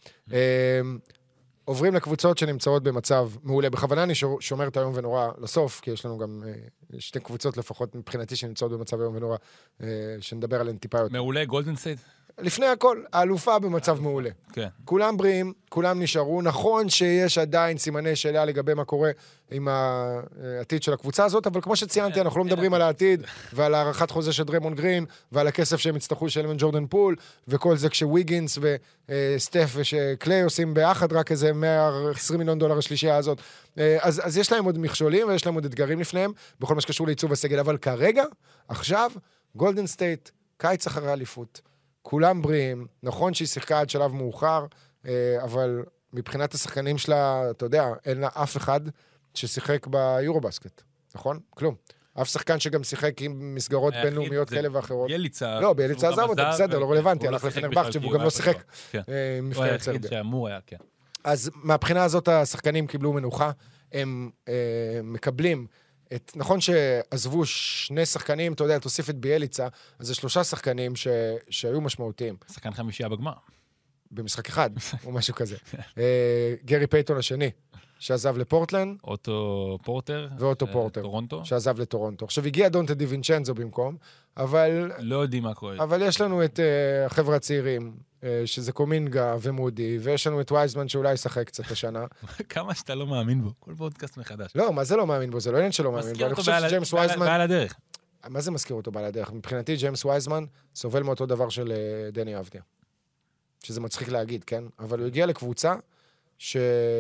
עוברים לקבוצות שנמצאות במצב מעולה. בכוונה אני שומר את היום ונורא לסוף, כי יש לנו גם שתי קבוצות לפחות מבחינתי שנמצאות במצב היום ונורא, שנדבר עליהן טיפה יותר. מעולה, גולדן סטייט? לפני הכל, האלופה במצב מעולה. כן. כולם בריאים, כולם נשארו. נכון שיש עדיין סימני שאלה לגבי מה קורה עם העתיד של הקבוצה הזאת, אבל כמו שציינתי, אנחנו לא מדברים על העתיד, ועל הערכת חוזה של דריימונד גרין, ועל הכסף שהם יצטרכו לשלם ג'ורדן פול, וכל זה כשוויגינס וסטף ושקליי עושים ביחד רק איזה מאה ועשרים מיליון דולר השלישייה הזאת. אז, אז יש להם עוד מכשולים, ויש להם עוד אתגרים לפניהם, בכל מה שקשור לעיצוב הסגל. אבל כרגע, עכשיו, גולדן סטייט, קיץ אחרי אליפות, כולם בריאים, נכון שהיא שיחקה עד שלב מאוחר, אבל מבחינת השחקנים שלה, אתה יודע, אין לה אף אחד ששיחק ביורובסקט, נכון? כלום. אף שחקן שגם שיחק עם מסגרות בינלאומיות כאלה ואחרות. ביאליצה. לא, ביאליצה עזב אותו, בסדר, לא רלוונטי, הלך לפנרבכצ'ה, והוא גם לא שיחק. הוא היחיד שאמור היה, כן. אז מהבחינה הזאת השחקנים קיבלו מנוחה, הם מקבלים את, נכון שעזבו שני שחקנים, אתה יודע, תוסיף את ביאליצה, אז זה שלושה שחקנים שהיו משמעותיים. שחקן חמישייה בגמר. במשחק אחד, או משהו כזה. גרי פייטון השני, שעזב לפורטלנד. אוטו פורטר. ואוטו פורטר. טורונטו. שעזב לטורונטו. עכשיו הגיע דונטה דיווינצ'נזו במקום, אבל... לא יודעים מה קורה. אבל יש לנו את uh, החבר'ה הצעירים, uh, שזה קומינגה ומודי, ויש לנו את וייזמן שאולי ישחק קצת השנה. כמה שאתה לא מאמין בו, כל פודקאסט מחדש. לא, מה זה לא מאמין בו? זה לא עניין שלא מאמין בו. אני חושב שג'יימס וייזמן... בעל הדרך. מה זה מזכיר אותו בעל הדרך? מבחינתי, ג'יימס וייזמן סובל מאותו דבר של uh, דני אבדיה. שזה מצחיק להגיד, כן? אבל הוא הגיע לקבוצה ש...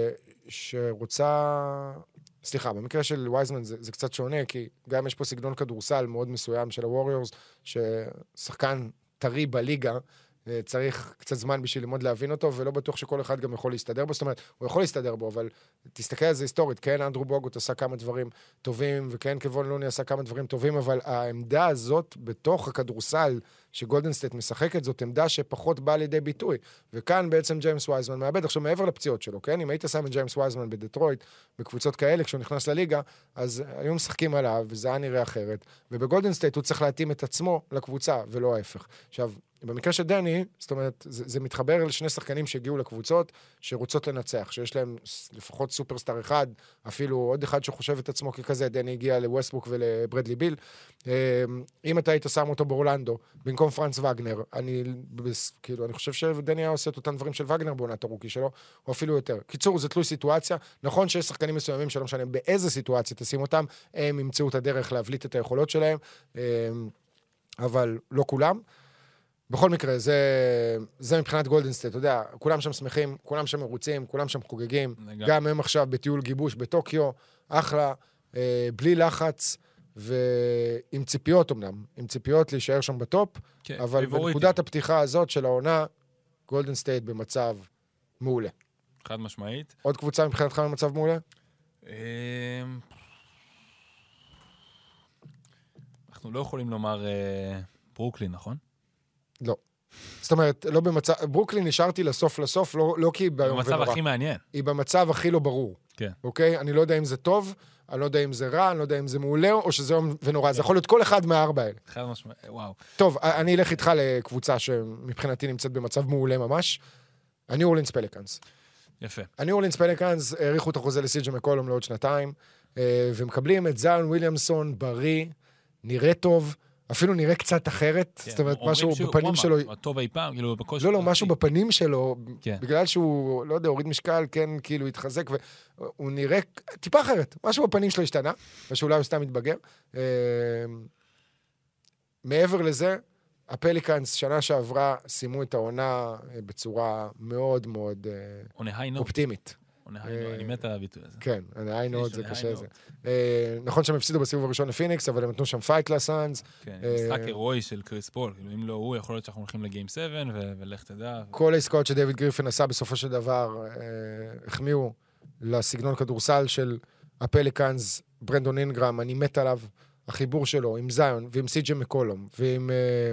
שרוצה... סליחה, במקרה של וייזמן זה, זה קצת שונה, כי גם יש פה סגנון כדורסל מאוד מסוים של הווריורס, ששחקן טרי בליגה, צריך קצת זמן בשביל ללמוד להבין אותו, ולא בטוח שכל אחד גם יכול להסתדר בו, זאת אומרת, הוא יכול להסתדר בו, אבל תסתכל על זה היסטורית, כן, אנדרו בוגוט עשה כמה דברים טובים, וכן, קוון לוני עשה כמה דברים טובים, אבל העמדה הזאת בתוך הכדורסל שגולדן סטייט משחקת, זאת עמדה שפחות באה לידי ביטוי, וכאן בעצם ג'יימס וייזמן מאבד, עכשיו מעבר לפציעות שלו, כן, אם היית שם את ג'יימס וייזמן בדטרויט, בקבוצות כאלה, כשהוא נכנס לליגה, אז היו משחקים עליו, וזה היה נראה אחרת, ובגולדן סטייט הוא צריך להתאים את עצמו לקבוצה, ולא ההפך. עכשיו, במקרה של דני, זאת אומרת, זה, זה מתחבר לשני שחקנים שהגיעו לקבוצות שרוצות לנצח, שיש להם לפחות סופרסטאר אחד, אפילו עוד אחד שחושב את עצמו ככזה, דני הגיע לווסטברוק ולברדלי ביל. אם אתה היית שם אותו באורלנדו, במקום פרנץ וגנר, אני, כאילו, אני חושב שדני היה עושה את אותם דברים של וגנר בעונת הרוקי שלו, או אפילו יותר. קיצור, זה תלוי סיטואציה. נכון שיש שחקנים מסוימים שלא משנה באיזה סיטואציה תשים אותם, הם ימצאו את הדרך להבליט את היכולות שלהם, אבל לא כולם. בכל מקרה, זה, זה מבחינת גולדן סטייט, אתה יודע, כולם שם שמחים, כולם שם מרוצים, כולם שם חוגגים, גם, גם הם עכשיו בטיול גיבוש בטוקיו, אחלה, אה, בלי לחץ, ועם ציפיות אמנם, עם ציפיות להישאר שם בטופ, כן, אבל בנקודת הפתיחה הזאת של העונה, גולדן סטייט במצב מעולה. חד משמעית. עוד קבוצה מבחינתך במצב מעולה? אנחנו לא יכולים לומר אה, ברוקלין, נכון? לא. זאת אומרת, לא במצב... ברוקלין נשארתי לסוף לסוף, לא, לא כי היא ביום ונורא. במצב הכי מעניין. היא במצב הכי לא ברור. כן. אוקיי? אני לא יודע אם זה טוב, אני לא יודע אם זה רע, אני לא יודע אם זה מעולה, או שזה יום ונורא. זה יכול להיות כל אחד מהארבע האלה. חד משמעית, וואו. טוב, אני אלך איתך לקבוצה שמבחינתי נמצאת במצב מעולה ממש. הניו אורלינס פליקאנס. יפה. הניו אורלינס פליקאנס העריכו את החוזה לסי.ג'יי מקולום לעוד שנתיים, ומקבלים את זיון וויליאמסון בריא, נראה טוב, אפילו נראה קצת אחרת, זאת אומרת, משהו בפנים שלו... הטוב אי פעם, כאילו, בקושי... לא, לא, משהו בפנים שלו, בגלל שהוא, לא יודע, הוריד משקל, כן, כאילו, התחזק, והוא נראה טיפה אחרת. משהו בפנים שלו השתנה, ושאולי הוא סתם מתבגר. מעבר לזה, הפליקאנס, שנה שעברה, סיימו את העונה בצורה מאוד מאוד אופטימית. אני מת על הביטוי הזה. כן, אני נוט, זה קשה זה. נכון שהם הפסידו בסיבוב הראשון לפיניקס, אבל הם נתנו שם פייט לסאנס. כן, משחק הירואי של קריס פול, אם לא הוא, יכול להיות שאנחנו הולכים לגיים שבע, ולך תדע. כל העסקאות שדייוויד גריפין עשה בסופו של דבר, החמיאו לסגנון כדורסל של הפליקאנס, ברנדון אינגרם, אני מת עליו, החיבור שלו עם זיון, ועם סי.ג'יי מקולום, ועם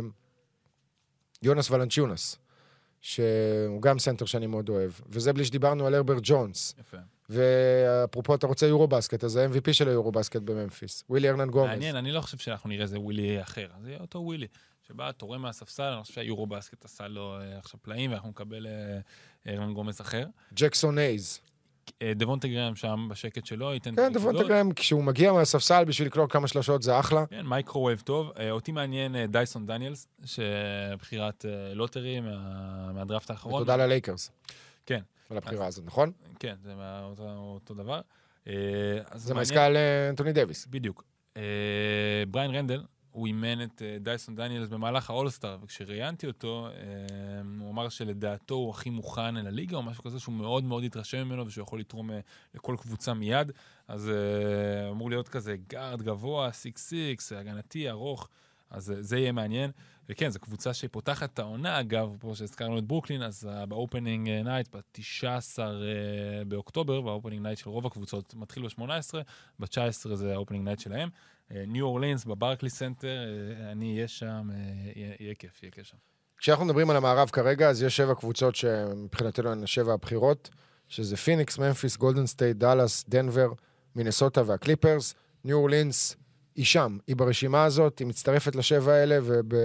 יונס ולנצ'יונס. שהוא גם סנטר שאני מאוד אוהב, וזה בלי שדיברנו על הרברט ג'ונס. יפה. ואפרופו אתה רוצה יורובסקט, אז ה-אם וי פי של היורובסקט בממפיס, ווילי ארנן גומז. מעניין, אני לא חושב שאנחנו נראה איזה ווילי אחר, זה יהיה אותו ווילי, שבא תורם מהספסל, אני חושב שהיורובסקט עשה לו עכשיו פלאים, ואנחנו נקבל ארנן גומז אחר. ג'קסון אייז. דוונטה גרם שם בשקט שלו, ייתן... כן, דוונטה גרם, כשהוא מגיע מהספסל בשביל לקלור כמה שלושות, זה אחלה. כן, מייקרווייב טוב. אותי מעניין דייסון דניאלס, שבחירת לוטרי מהדראפט האחרון. ותודה ללייקרס. כן. על הבחירה הזאת, נכון? כן, זה אותו דבר. זה מהעסקה על אנטוני דייביס. בדיוק. בריין רנדל, הוא אימן את דייסון דניאלס במהלך האולסטאר, וכשראיינתי אותו, הוא אמר שלדעתו הוא הכי מוכן אל הליגה, או משהו כזה שהוא מאוד מאוד התרשם ממנו, ושהוא יכול לתרום לכל קבוצה מיד, אז אמור להיות כזה גארד גבוה, סיקס סיקס, הגנתי, ארוך, אז זה יהיה מעניין. וכן, זו קבוצה שפותחת את העונה, אגב, פה שהזכרנו את ברוקלין, אז באופנינג נייט, ב-תשעה עשר באוקטובר, באופנינג נייט של רוב הקבוצות מתחיל ב-שמונה עשרה, ב-תשע עשרה זה האופנינג נייט שלהם. ניו אורלינס, בברקלי סנטר, אני אהיה שם, יהיה כיף, יהיה כיף שם. כשאנחנו מדברים על המערב כרגע, אז יש שבע קבוצות שמבחינתנו הן שבע הבחירות, שזה פיניקס, ממפיס, גולדן סטייט, דאלאס, דנבר, מינסוטה והקליפרס. ניו אורלינס היא שם, היא ברשימה הזאת, היא מצטרפת לשבע האלה,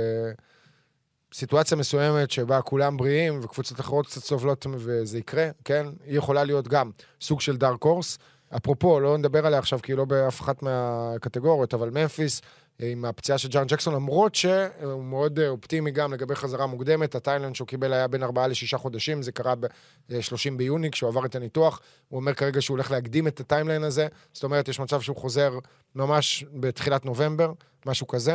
ובסיטואציה מסוימת שבה כולם בריאים, וקבוצות אחרות קצת סובלות וזה יקרה, כן? היא יכולה להיות גם סוג של דארק הורס. אפרופו, לא נדבר עליה עכשיו, כי היא לא באף אחת מהקטגוריות, אבל ממפיס, עם הפציעה של ג'ארן ג'קסון, למרות שהוא מאוד אופטימי גם לגבי חזרה מוקדמת, הטיילנד שהוא קיבל היה בין ארבעה לשישה חודשים, זה קרה ב-שלושים ביוני, כשהוא עבר את הניתוח, הוא אומר כרגע שהוא הולך להקדים את הטיימליין הזה, זאת אומרת, יש מצב שהוא חוזר ממש בתחילת נובמבר, משהו כזה,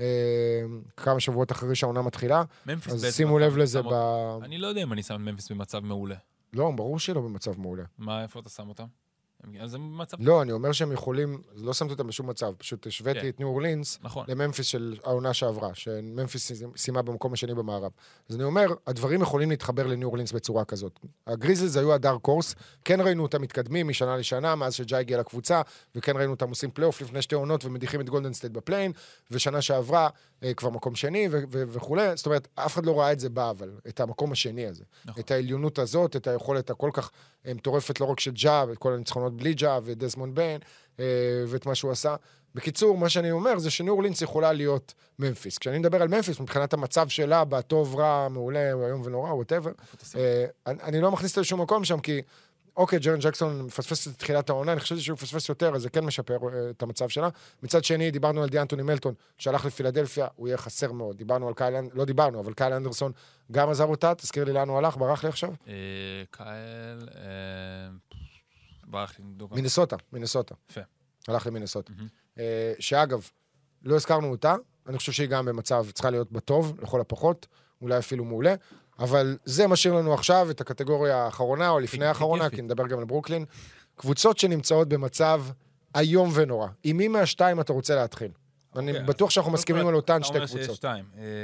כמה שבועות אחרי שהעונה מתחילה, אז שימו לב לזה ב... אני לא יודע אם אני שם את ממפיס במצב מעולה. לא, ברור שלא במצב מעולה. מה, איפה אתה שם אותם? אז זה מצב... לא, אני אומר שהם יכולים, לא שמתי אותם בשום מצב, פשוט השוויתי את ניו אורלינס לממפיס של העונה שעברה, שממפיס סיימה במקום השני במערב. אז אני אומר, הדברים יכולים להתחבר לניו אורלינס בצורה כזאת. הגריזלס היו הדארק הורס, כן ראינו אותם מתקדמים משנה לשנה, מאז שג'יי הגיע לקבוצה, וכן ראינו אותם עושים פלייאוף לפני שתי עונות ומדיחים את גולדן סטייט בפליין, ושנה שעברה כבר מקום שני וכו'. זאת אומרת, אף אחד לא ראה את זה בא, אבל את המקום השני הזה. את העליונות הזאת, את היכולת הכל כך מטורפת, לא רק של ג'ה, ואת כל הניצחונות בלי ג'ה ודסמונד ביין, ואת מה שהוא עשה. בקיצור, מה שאני אומר זה שניו אורלינס יכולה להיות ממפיס. כשאני מדבר על ממפיס, מבחינת המצב שלה, בטוב, רע, מעולה, היום ונורא, whatever, אני לא מכניס את לשום מקום שם, כי אוקיי, ג'רן ג'קסון מפספס את תחילת העונה, אני חושב שהוא מפספס יותר, אז זה כן משפר את המצב שלה. מצד שני, דיברנו על דיאנטוני מלטון, שהלך לפילדלפיה, הוא יהיה חסר מאוד. דיברנו על קייל, לא דיברנו, אבל קייל אנדרסון גם עזב אותה, תזכיר לי לאן הוא הלך, ברח לי עכשיו? קייל, ברח לי, מינסוטה, מינסוטה. יפה. הלך למינסוטה. שאגב, לא הזכרנו אותה, אני חושב שהיא גם במצב, צריכה להיות בטוב, לכל הפחות, אולי אפילו מעולה. אבל זה משאיר לנו עכשיו את הקטגוריה האחרונה, או לפני האחרונה, כי נדבר גם על ברוקלין. קבוצות שנמצאות במצב איום ונורא. עם מי מהשתיים אתה רוצה להתחיל? אני בטוח שאנחנו מסכימים על אותן שתי קבוצות. אתה אומר שיש שתיים.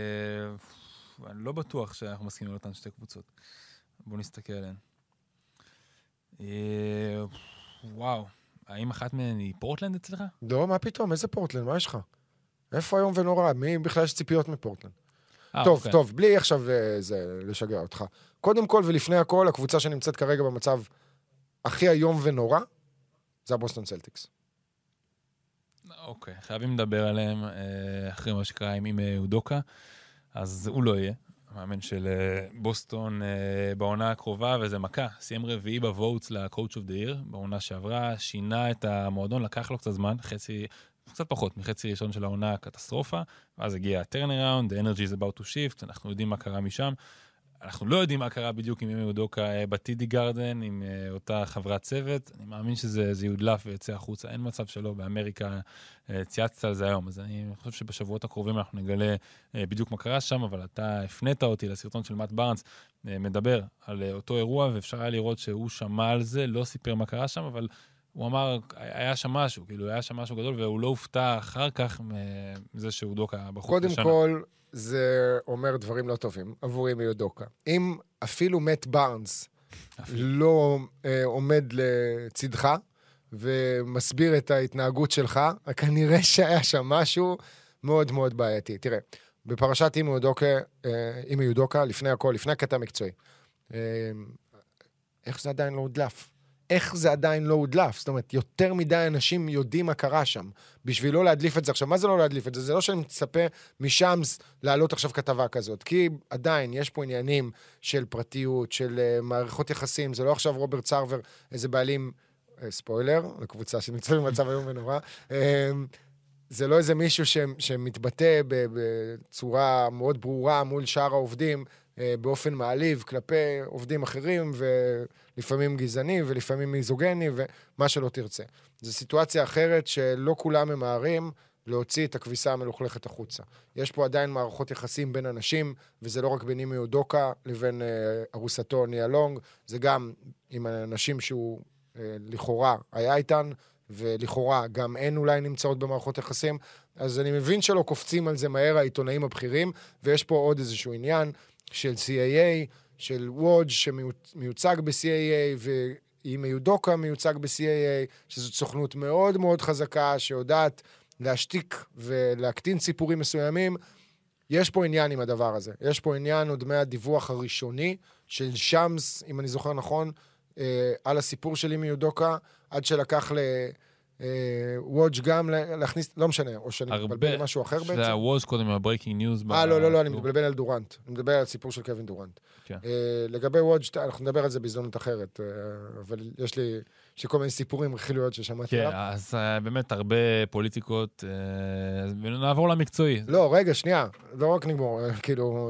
אני לא בטוח שאנחנו מסכימים על אותן שתי קבוצות. בואו נסתכל עליהן. וואו, האם אחת מהן היא פורטלנד אצלך? לא, מה פתאום? איזה פורטלנד? מה יש לך? איפה איום ונורא? מי בכלל יש ציפיות מפורטלנד? טוב, okay. טוב, בלי עכשיו זה, לשגע אותך. קודם כל ולפני הכל, הקבוצה שנמצאת כרגע במצב הכי היום ונורא, זה הבוסטון סלטיקס. אוקיי, okay, חייבים לדבר עליהם אחרי מה שקרה עם אימי יודוקה, אז הוא לא יהיה. המאמן של בוסטון בעונה הקרובה, וזה מכה. סיים רביעי בווטס לקואוץ' אוף דה עיר, בעונה שעברה, שינה את המועדון, לקח לו קצת זמן, חצי... קצת פחות מחצי ראשון של העונה הקטסטרופה, ואז הגיע ה-turnaround, the energy is about to shift, אנחנו יודעים מה קרה משם, אנחנו לא יודעים מה קרה בדיוק עם אימי יודוקה בטידי גרדן, עם אותה חברת צוות, אני מאמין שזה יודלף ויצא החוצה, אין מצב שלא, באמריקה צייצת על זה היום, אז אני חושב שבשבועות הקרובים אנחנו נגלה בדיוק מה קרה שם, אבל אתה הפנית אותי לסרטון של מאט בארנס, מדבר על אותו אירוע, ואפשר היה לראות שהוא שמע על זה, לא סיפר מה קרה שם, אבל הוא אמר, היה שם משהו, כאילו, היה שם משהו גדול, והוא לא הופתע אחר כך מזה שהודוקה בחוץ לשנה. קודם כל, זה אומר דברים לא טובים עבור אימי יודוקה. אם אפילו מאט בארנס לא אה, עומד לצדך, ומסביר את ההתנהגות שלך, כנראה שהיה שם משהו מאוד מאוד בעייתי. תראה, בפרשת אימי יודוקה, אה, אימי יודוקה, לפני הכל, לפני הקטע המקצועי, אה, איך זה עדיין לא הודלף? איך זה עדיין לא הודלף? זאת אומרת, יותר מדי אנשים יודעים מה קרה שם, בשביל לא להדליף את זה. עכשיו, מה זה לא להדליף את זה? זה לא שאני מצפה משם לעלות עכשיו כתבה כזאת, כי עדיין יש פה עניינים של פרטיות, של uh, מערכות יחסים, זה לא עכשיו רוברט סרבר, איזה בעלים, uh, ספוילר, לקבוצה שנמצא במצב היום ונורא, uh, זה לא איזה מישהו ש, שמתבטא בצורה מאוד ברורה מול שאר העובדים, באופן מעליב כלפי עובדים אחרים, ולפעמים גזעני, ולפעמים מיזוגני, ומה שלא תרצה. זו סיטואציה אחרת שלא כולם ממהרים להוציא את הכביסה המלוכלכת החוצה. יש פה עדיין מערכות יחסים בין אנשים, וזה לא רק בין אימי יודוקה לבין ארוסתו ניה לונג, זה גם עם האנשים שהוא לכאורה היה איתן, ולכאורה גם אין אולי נמצאות במערכות יחסים, אז אני מבין שלא קופצים על זה מהר העיתונאים הבכירים, ויש פה עוד איזשהו עניין של סי איי איי, של וודג' שמיוצג ב-סי איי איי, ואימי יודוקה מיוצג ב-סי איי איי, שזו סוכנות מאוד מאוד חזקה, שיודעת להשתיק ולהקטין סיפורים מסוימים. יש פה עניין עם הדבר הזה. יש פה עניין עוד מהדיווח הראשוני של שמס, אם אני זוכר נכון, אה, על הסיפור של אימי יודוקה, עד שלקח ל... וודג' גם להכניס, לא משנה, או שאני מתבלבל על משהו אחר בעצם. זה הוודג' קודם, הברייקינג ניוז. אה, לא, לא, לא, אני מתבלבל על דורנט. אני מדבר על הסיפור של קווין דורנט. לגבי וודג' אנחנו נדבר על זה בהזדמנות אחרת, אבל יש לי שכל מיני סיפורים רכילויות ששמעתי עליו. כן, אז באמת הרבה פוליטיקות, ונעבור למקצועי. לא, רגע, שנייה, לא רק נגמור, כאילו,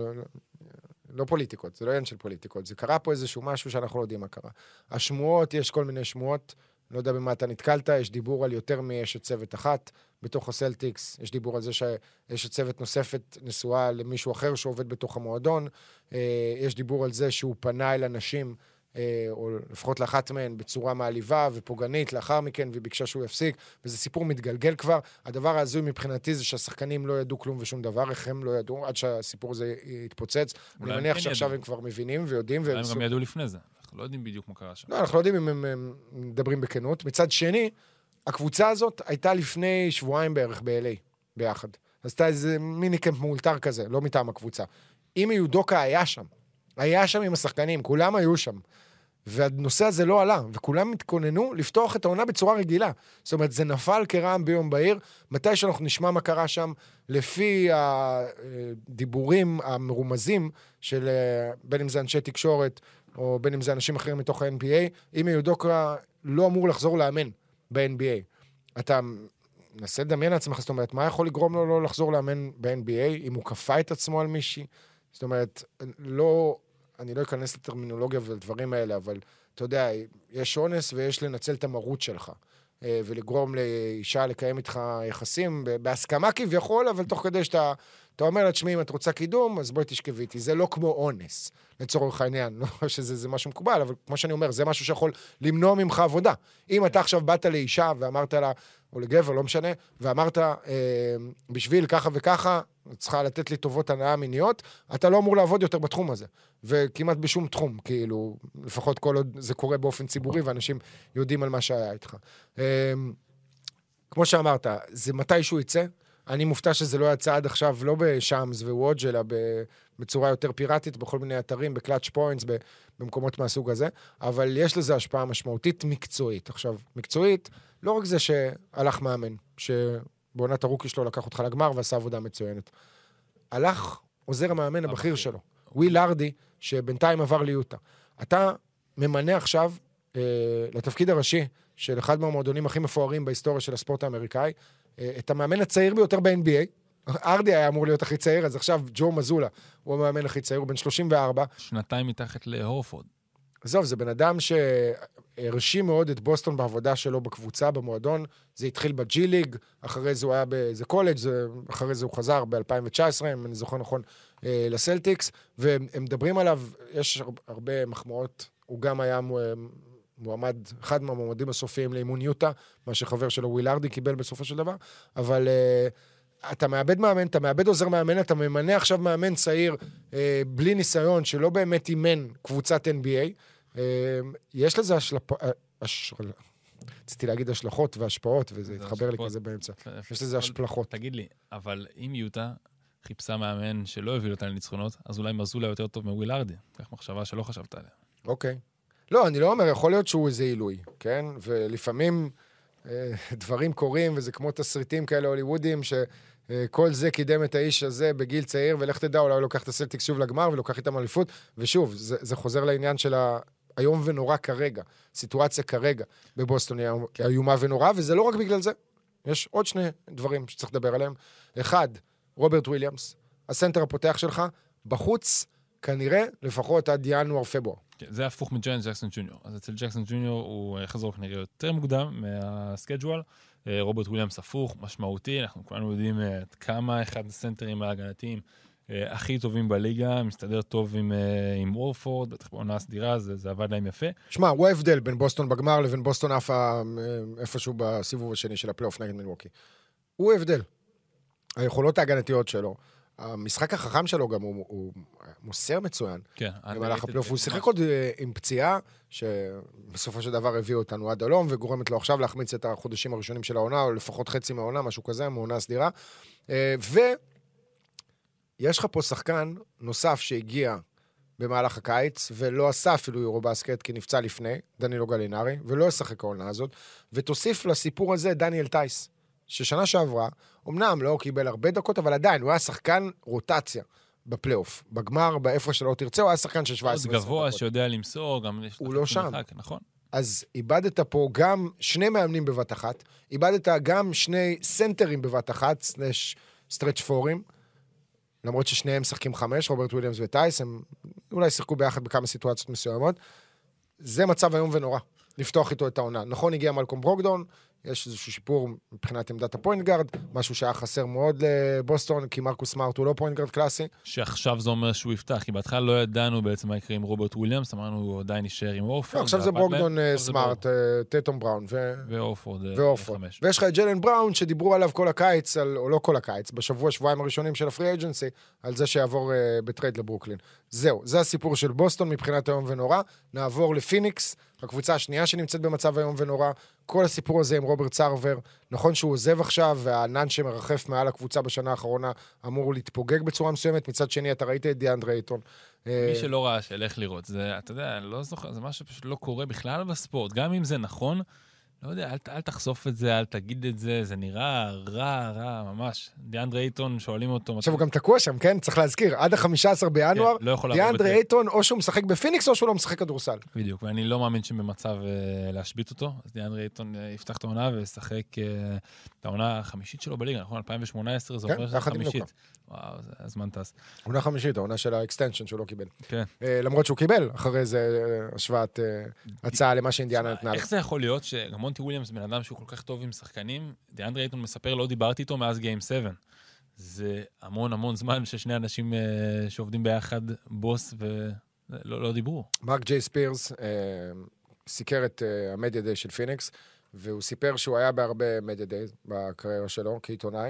לא פוליטיקות, זה לא עניין של פוליטיקות, זה קרה פה איזשהו משהו שאנחנו לא יודעים מה קרה. השמועות, יש כל מיני שמועות, לא יודע במה אתה נתקלת, יש דיבור על יותר מאשת צוות אחת בתוך הסלטיקס, יש דיבור על זה שאשת צוות נוספת נשואה למישהו אחר שעובד בתוך המועדון, יש דיבור על זה שהוא פנה אל אנשים, או לפחות לאחת מהן, בצורה מעליבה ופוגענית לאחר מכן, והיא ביקשה שהוא יפסיק, וזה סיפור מתגלגל כבר. הדבר הזוי מבחינתי זה שהשחקנים לא ידעו כלום ושום דבר, איך הם לא ידעו, עד שהסיפור הזה יתפוצץ. אני מניח שעכשיו הם כבר מבינים ויודעים. הם גם ידעו לפני זה. אנחנו לא יודעים בדיוק מה קרה שם. לא, אנחנו לא יודעים אם הם מדברים בכנות. מצד שני, הקבוצה הזאת הייתה לפני שבועיים בערך ב-אל איי, ביחד. אז הייתה איזה מיני קמפ מאולתר כזה, לא מטעם הקבוצה. אימי יודוקה היה שם. היה שם עם השחקנים, כולם היו שם. והנושא הזה לא עלה, וכולם התכוננו לפתוח את העונה בצורה רגילה. זאת אומרת, זה נפל כרעם ביום בהיר, מתי שאנחנו נשמע מה קרה שם, לפי הדיבורים המרומזים של בין אם זה אנשי תקשורת, או בין אם זה אנשים אחרים מתוך ה-אן בי איי, אימי יודוקה לא אמור לחזור לאמן ב-אן בי איי. אתה נסה לדמיין לעצמך, זאת אומרת, מה יכול לגרום לו לא לחזור לאמן ב-אן בי איי, אם הוא כפה את עצמו על מישהי? זאת אומרת, לא... אני לא אכנס לטרמינולוגיה ולדברים האלה, אבל אתה יודע, יש אונס ויש לנצל את המרות שלך, ולגרום לאישה לקיים איתך יחסים, בהסכמה כביכול, אבל תוך כדי שאתה, אתה אומר לה, תשמעי, אם את רוצה קידום, אז בואי תשכבי איתי. זה לא כמו אונס, לצורך העניין, לא שזה זה משהו מקובל, אבל כמו שאני אומר, זה משהו שיכול למנוע ממך עבודה. אם אתה עכשיו באת לאישה ואמרת לה, או לגבר, לא משנה, ואמרת, אה, בשביל ככה וככה, צריכה לתת לי טובות הנאה מיניות, אתה לא אמור לעבוד יותר בתחום הזה. וכמעט בשום תחום, כאילו, לפחות כל עוד זה קורה באופן ציבורי, ואנשים יודעים על מה שהיה איתך. אה, כמו שאמרת, זה מתישהו יצא, אני מופתע שזה לא יצא עד עכשיו, לא בשאמס ווודג' אלא בצורה יותר פיראטית, בכל מיני אתרים, בקלאץ' פוינטס, במקומות מהסוג הזה, אבל יש לזה השפעה משמעותית מקצועית. עכשיו, מקצועית, לא רק זה שהלך מאמן, שבעונת הרוקי שלו לקח אותך לגמר ועשה עבודה מצוינת. הלך עוזר המאמן הבכיר שלו, וויל ארדי, שבינתיים עבר ליוטה. אתה ממנה עכשיו אה, לתפקיד הראשי של אחד מהמועדונים הכי מפוארים בהיסטוריה של הספורט האמריקאי, אה, את המאמן הצעיר ביותר ב-אן בי איי, ארדי היה אמור להיות הכי צעיר, אז עכשיו ג'ו מזולה הוא המאמן הכי צעיר, הוא בן שלושים וארבע. שנתיים מתחת להורפורד. עזוב, זה בן אדם שהרשים מאוד את בוסטון בעבודה שלו בקבוצה, במועדון. זה התחיל בג'י ליג, אחרי זה הוא היה באיזה קולג', אחרי זה הוא חזר ב-אלפיים תשע עשרה, אם אני זוכר נכון, לסלטיקס, והם מדברים עליו, יש הרבה מחמאות, הוא גם היה מועמד, אחד מהמועמדים הסופיים לאימון יוטה, מה שחבר שלו וויל ארדי קיבל בסופו של דבר, אבל... אתה מאבד מאמן, אתה מאבד עוזר מאמן, אתה ממנה עכשיו מאמן צעיר אה, בלי ניסיון, שלא באמת אימן קבוצת אן בי איי. אה, יש לזה השלפ... הש... רציתי להגיד השלכות והשפעות, וזה התחבר לי כזה באמצע. יש לזה השפלחות. תגיד לי, אבל אם יוטה חיפשה מאמן שלא הביא אותה לניצחונות, אז אולי מזולה יותר טוב מוויל ארדי. כך מחשבה שלא חשבת עליה. אוקיי. לא, אני לא אומר, יכול להיות שהוא איזה עילוי, כן? ולפעמים... דברים קורים, וזה כמו תסריטים כאלה הוליוודיים, שכל זה קידם את האיש הזה בגיל צעיר, ולך תדע, אולי הוא לוקח את הסלטיקס שוב לגמר, ולוקח איתם אליפות, ושוב, זה, זה חוזר לעניין של היום ונורא כרגע, סיטואציה כרגע בבוסטון היא איומה ונורא, וזה לא רק בגלל זה, יש עוד שני דברים שצריך לדבר עליהם. אחד, רוברט וויליאמס, הסנטר הפותח שלך, בחוץ, כנראה, לפחות עד ינואר פברואר. כן, זה הפוך מג'יין ג'קסון ג'וניור. אז אצל ג'קסון ג'וניור הוא חזור כנראה יותר מוקדם מהסקייג'ואל. רוברט וויליאמס הפוך, משמעותי. אנחנו כולנו יודעים עד כמה אחד הסנטרים ההגנתיים הכי טובים בליגה, מסתדר טוב עם, עם וורפורד, בטח בעונה הסדירה, זה, זה עבד להם יפה. שמע, הוא ההבדל בין בוסטון בגמר לבין בוסטון אף איפשהו בסיבוב השני של הפלייאוף נגד מילווקי. הוא ההבדל. היכולות ההגנתיות שלו, המשחק החכם שלו גם הוא, הוא מוסר מצוין. כן. במהלך הפלייאוף, הוא שיחק עוד עם פציעה, שבסופו של דבר הביאו אותנו עד הלום, וגורמת לו עכשיו להחמיץ את החודשים הראשונים של העונה, או לפחות חצי מהעונה, משהו כזה, מעונה סדירה. ויש לך פה שחקן נוסף שהגיע במהלך הקיץ, ולא עשה אפילו יורובסקט, כי נפצע לפני, דנילו גלינרי, ולא ישחק העונה הזאת, ותוסיף לסיפור הזה דניאל טייס, ששנה שעברה, אמנם לא קיבל הרבה דקות, אבל עדיין, הוא היה שחקן רוטציה בפלייאוף. בגמר, באיפה שלא תרצה, הוא היה שחקן של שבע עשרה דקות. עוד גבוה שיודע למסור, גם... הוא לא שם. משחק, נכון. אז איבדת פה גם שני מאמנים בבת אחת, איבדת גם שני סנטרים בבת אחת, סלש סטרץ' פורים, למרות ששניהם שחקים חמש, רוברט וויליאמס וטייס, הם אולי שיחקו ביחד בכמה סיטואציות מסוימות. זה מצב היום ונורא, לפתוח איתו את העונה. נכון, הגיע מלקום ברוקדון, יש איזשהו שיפור מבחינת עמדת הפוינט גארד, משהו שהיה חסר מאוד לבוסטון, כי מרקוס סמארט הוא לא פוינט גארד קלאסי. שעכשיו זה אומר שהוא יפתח, כי בהתחלה לא ידענו בעצם מה יקרה עם רוברט וויליאמס, אמרנו הוא עדיין יישאר עם אורפורד. עכשיו זה ברוקדון, סמארט, טייטום בראון ואורפורד. ויש לך את ג'לן בראון שדיברו עליו כל הקיץ, או לא כל הקיץ, בשבוע, שבועיים הראשונים של הפרי אג'נסי, על זה שיעבור בטרייד לברוקלין. זהו, זה הסיפור של בוסטון מבחינת היום ונורא. נעבור לפיניקס, הקבוצה השנייה שנמצאת במצב היום ונורא. כל הסיפור הזה עם רוברט סרבר, נכון שהוא עוזב עכשיו, והענן שמרחף מעל הקבוצה בשנה האחרונה אמור להתפוגג בצורה מסוימת. מצד שני, אתה ראית את דיאנדרה אייטון. מי שלא ראה, שילך לראות. זה, אתה יודע, לא זוכר, זה משהו שפשוט לא קורה בכלל בספורט. גם אם זה נכון, לא יודע, אל, אל תחשוף את זה, אל תגיד את זה, זה נראה רע, רע, ממש. דיאנדרה אייטון, שואלים אותו... עכשיו הוא גם תקוע שם, כן? צריך להזכיר, עד ה-חמישה עשר בינואר, כן, לא דיאנדרה אייטון, או שהוא משחק בפיניקס, או שהוא לא משחק כדורסל. בדיוק, ואני לא מאמין שבמצב uh, להשבית אותו, אז דיאנדרה אייטון uh, יפתח את העונה וישחק uh, את העונה החמישית שלו בליגה, נכון? אלפיים שמונה עשרה, זה אומר שזה חמישית. וואו, זה הזמן טס. עונה חמישית, העונה של האקסטנשן שהוא לא קיבל. כן. Uh, למרות שהוא קיבל, אחרי זה uh, השוואת uh, הצעה למה שאינדיאנה נתנה. איך זה יכול להיות שגם מונטי וויליאמס, בן אדם שהוא כל כך טוב עם שחקנים, דיאנדרה אייטון מספר, לא דיברתי איתו מאז גיים שבע. זה המון המון זמן ששני אנשים uh, שעובדים ביחד, בוס, ולא לא דיברו. מרק ג'יי ספירס uh, סיקר את uh, המדיה דיי של פיניקס, והוא סיפר שהוא היה בהרבה מדיה דיי בקריירה שלו כעיתונאי,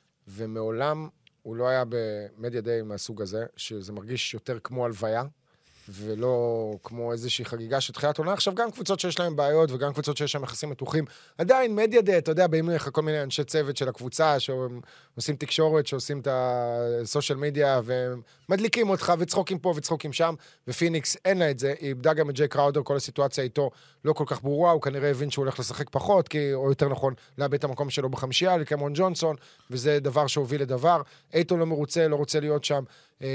ומעולם הוא לא היה במדיה דיי מהסוג הזה, שזה מרגיש יותר כמו הלוויה, ולא כמו איזושהי חגיגה של תחילת עונה. עכשיו גם קבוצות שיש להם בעיות, וגם קבוצות שיש להם יחסים מתוחים. עדיין מדיה דיי, אתה יודע, באים לך כל מיני אנשי צוות של הקבוצה, שעושים תקשורת, שעושים את הסושיאל מדיה, ומדליקים אותך, וצחוקים פה וצחוקים שם, ופיניקס אין לה את זה. היא איבדה גם את ג'יי קראודר, כל הסיטואציה איתו לא כל כך ברורה, הוא כנראה הבין שהוא הולך לשחק פחות, כי, או יותר נכון, לאבד את המקום שלו בחמישייה, לקמרון ג'ונסון, וזה דבר שהוביל לדבר. אייטון לא מרוצה, לא רוצה להיות שם.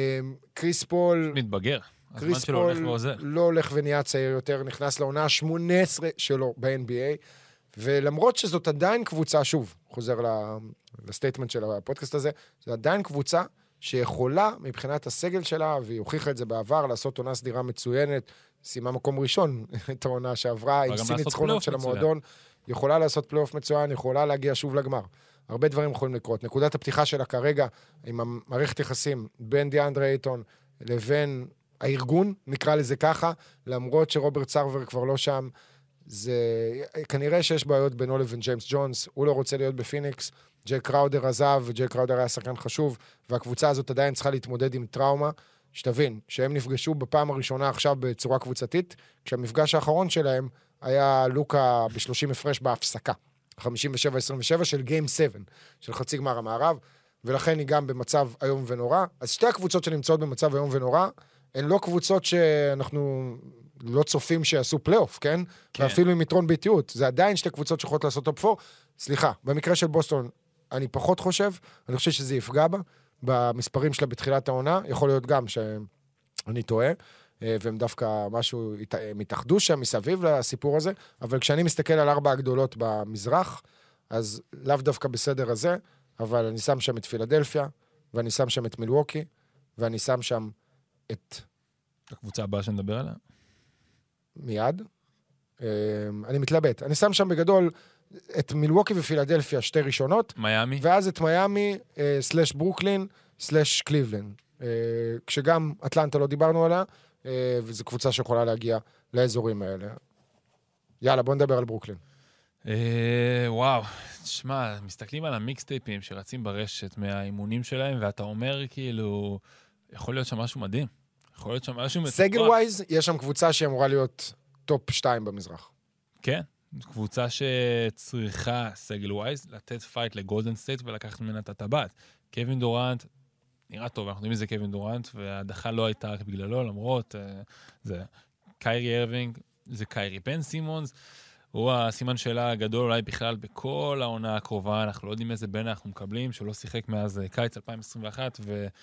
קריס פול... מתבגר. קריס פול לא הולך ונהיה צעיר יותר, נכנס לעונה ה-שמונה עשרה שלו ב-אן בי איי, ולמרות שזאת עדיין קבוצה, שוב, חוזר לסטייטמנט של הפודקאסט הזה, זו עדיין קבוצה שיכולה מבחינת הסגל שלה, והיא הוכיחה את זה בעבר, לעשות עונה סדירה מצוינת, סיימה מקום ראשון את העונה שעברה, עם סי ניצחונות של המועדון, יכולה לעשות פלייאוף מצוין, יכולה להגיע שוב לגמר. הרבה דברים יכולים לקרות. נקודת הפתיחה שלה כרגע, עם המערכת יחסים בין דיאנדרה אייטון לבין הארגון, נקרא לזה ככה, למרות שרוברט סרבר כבר לא שם, זה כנראה שיש בעיות בינו לבין ג'יימס ג'ונס, הוא לא רוצה להיות בפיניקס, ג'יי קראודר עזב, וג'יי קראודר היה שחקן חשוב, והקבוצה הזאת עדיין צריכה להתמודד עם טראומה, שתבין, שהם נפגשו בפעם הראשונה עכשיו בצורה קבוצתית, כשהמפגש האחרון שלהם היה לוקה ב-שלושים הפרש בהפסקה, חמישים ושבע עשרים ושבע של גיים שבע, של חצי גמר המערב, ולכן היא גם במצב היום ונורא. אז שתי הקבוצות שנמצאות במצב היום ונורא, הן לא קבוצות שאנחנו לא צופים שיעשו פלייאוף, כן? כן. ואפילו עם יתרון ביתיות. זה עדיין שתי קבוצות שיכולות לעשות טופ ארבע. סליחה, במקרה של בוסטון, אני פחות חושב, אני חושב שזה יפגע בה, במספרים שלה בתחילת העונה, יכול להיות גם שאני טועה, והם דווקא משהו, מתאחדו שם מסביב לסיפור הזה, אבל כשאני מסתכל על ארבע הגדולות במזרח, אז לאו דווקא בסדר הזה, אבל אני שם שם את פילדלפיה, ואני שם שם את מילווקי, ואני שם שם את... הקבוצה הבאה שנדבר עליה? מיד. אני מתלבט. אני שם שם בגדול את מילווקי ופילדלפיה, שתי ראשונות. מיאמי. ואז את מיאמי, סלש ברוקלין, סלש קליבלנד. כשגם אטלנטה לא דיברנו עליה, וזו קבוצה שיכולה להגיע לאזורים האלה. יאללה, בוא נדבר על ברוקלין. וואו, תשמע, מסתכלים על המיקסטייפים שרצים ברשת מהאימונים שלהם, ואתה אומר כאילו, יכול להיות שם משהו מדהים. יכול להיות שם משהו מטורף. סגל ווייז, יש שם קבוצה שאמורה להיות טופ שתיים במזרח. כן, קבוצה שצריכה סגל ווייז, לתת פייט לגולדן סטייט ולקחת ממנה את הטבעת. קווין דורנט, נראה טוב, אנחנו יודעים מי זה קווין דורנט, וההדחה לא הייתה רק בגללו, למרות, זה קיירי ארווינג, זה קיירי. בן סימונס, הוא הסימן שאלה הגדול אולי בכלל בכל העונה הקרובה, אנחנו לא יודעים איזה בן אנחנו מקבלים, שלא שיחק מאז קיץ אלפיים עשרים ואחת,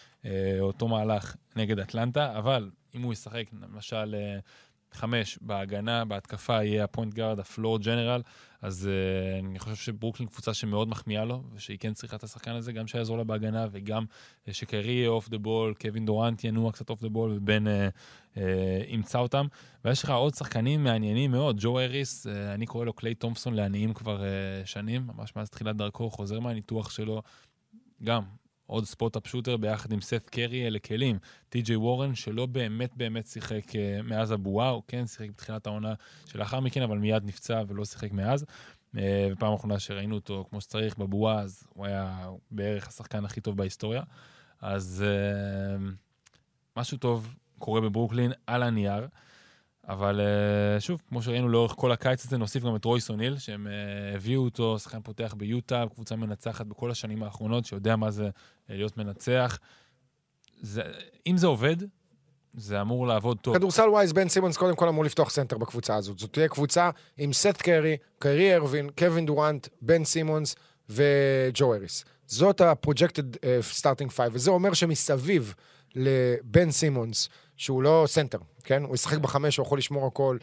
ואותו מהלך נגד אטלנטה, אבל אם הוא ישחק, למשל חמש בהגנה, בהתקפה יהיה הפוינט גארד, הפלור ג'נרל, אז uh, אני חושב שברוקלין קבוצה שמאוד מחמיאה לו, ושהיא כן צריכה את השחקן הזה, גם שיעזור לה בהגנה, וגם uh, שקיירי יהיה אוף דה בול, קווין דורנט ינוע קצת אוף דה בול, ובן uh, uh, ימצא אותם. ויש לך עוד שחקנים מעניינים מאוד, ג'ו אריס, uh, אני קורא לו קליי תומפסון לעניים כבר uh, שנים, ממש מאז תחילת דרכו, חוזר מהניתוח שלו, גם עוד ספוט-אפ שוטר ביחד עם סת קרי, אלה כלים. טי.ג'יי וורן, שלא באמת באמת שיחק uh, מאז הבועה, הוא כן שיחק בתחילת העונה שלאחר מכן, אבל מיד נפצע ולא שיחק מאז. Uh, ופעם האחרונה שראינו אותו כמו שצריך בבועה, אז הוא היה בערך השחקן הכי טוב בהיסטוריה. אז uh, משהו טוב קורה בברוקלין על הנייר, אבל uh, שוב, כמו שראינו לאורך כל הקיץ הזה, נוסיף גם את רויס אוניל, שהם uh, הביאו אותו, שחקן פותח ביוטה, קבוצה מנצחת בכל השנים האחרונות, שיודע מה זה uh, להיות מנצח. זה, אם זה עובד, זה אמור לעבוד טוב. כדורסל ווייז, בן סימונס קודם כל אמור לפתוח סנטר בקבוצה הזאת. זאת תהיה קבוצה עם סט קרי, קיירי ארווין, קווין דורנט, בן סימונס וג'ו אריס. זאת ה-projected uh, starting five, וזה אומר שמסביב לבן סימונס, שהוא לא סנטר, כן? הוא ישחק בחמש, הוא יכול לשמור הכל.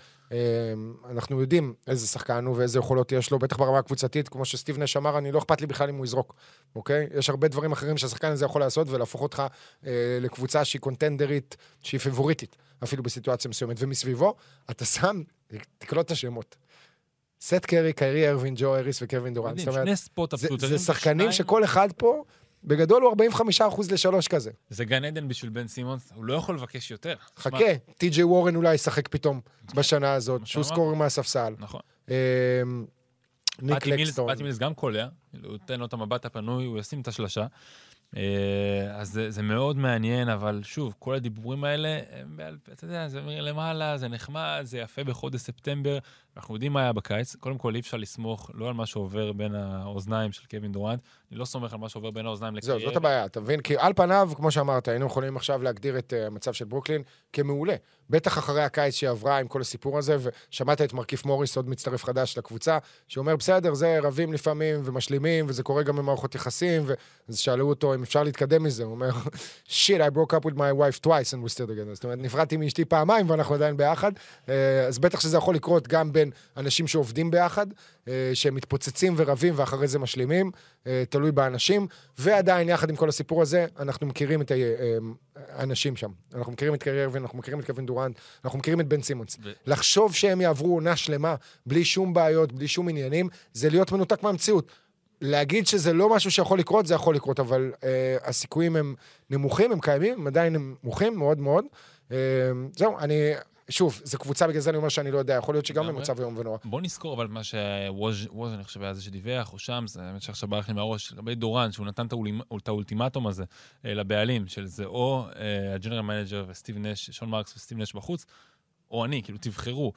אנחנו יודעים איזה שחקן הוא ואיזה יכולות יש לו, בטח ברמה הקבוצתית, כמו שסטיב נש אמר, אני לא אכפת לי בכלל אם הוא יזרוק, אוקיי? יש הרבה דברים אחרים שהשחקן הזה יכול לעשות, ולהפוך אותך אה, לקבוצה שהיא קונטנדרית, שהיא פיבוריטית, אפילו בסיטואציה מסוימת. ומסביבו, אתה שם, תקלוט את השמות. סט קרי, קיירי ארווין, ג'ו אריס וקווין דורנט. שני ספוט זה, זה שחקנים שכל אחד פה, בגדול הוא ארבעים וחמישה אחוז לשלוש כזה. זה גן עדן בשביל בן סימונס, הוא לא יכול לבקש יותר. חכה, טי.ג'יי וורן אולי ישחק פתאום בשנה הזאת, שהוא סקורר מהספסל. נכון. ניק לקסטון. באתי מילס גם קולע, הוא נותן לו את המבט הפנוי, הוא ישים את השלשה. אז זה, זה מאוד מעניין, אבל שוב, כל הדיבורים האלה, אתה יודע, זה למעלה, זה נחמד, זה יפה בחודש ספטמבר, אנחנו יודעים מה היה בקיץ, קודם כל אי אפשר לסמוך לא על מה שעובר בין האוזניים של קווין דורנט, אני לא סומך על מה שעובר בין האוזניים לקריירה. זהו, זאת הבעיה, אתה מבין? כי על פניו, כמו שאמרת, היינו יכולים עכשיו להגדיר את המצב של ברוקלין כמעולה. בטח אחרי הקיץ שעברה עם כל הסיפור הזה, ושמעת את מרקיף מוריס, עוד מצטרף חדש לקבוצה, שאומר, בסדר, זה רבים לפעמים ומשלימים, וזה קורה גם במערכות יחסים, ואז שאלו אותו אם אפשר להתקדם מזה, הוא אומר, shit, I broke up with my wife twice and we're still together. זאת אומרת, נפרדתי מאשתי פעמיים ואנחנו עדיין ביחד, אז בטח שזה יכול לקרות גם בין אנשים שעובדים ביחד, שהם מתפוצצים ורבים ואחרי זה משלימים, תלוי באנשים, ועדיין יחד עם כל הסיפור הזה, אנחנו מכירים את האנשים שם. אנחנו מכירים את קיירי ארווין, אנחנו מכירים את קווין דורנט, אנחנו מכירים את בן סימונס. ו... לחשוב שהם יעברו עונה שלמה, בלי שום בעיות, בלי שום עניינים, זה להיות מנותק מהמציאות. להגיד שזה לא משהו שיכול לקרות, זה יכול לקרות, אבל אה, הסיכויים הם נמוכים, הם קיימים, הם עדיין נמוכים מאוד מאוד. אה, זהו, אני... שוב, זו קבוצה, בגלל זה אני אומר שאני לא יודע, יכול להיות שגם במצב יום ונורא. בוא נזכור אבל מה שווז, אני חושב, היה זה שדיווח, או שם, זה באמת שעכשיו ברח לי מהראש, לגבי דורן, שהוא נתן את האולטימטום הזה לבעלים, של זה או הג'נרל מנג'ר וסטיב נש, שון מרקס וסטיב נש בחוץ, או אני, כאילו תבחרו,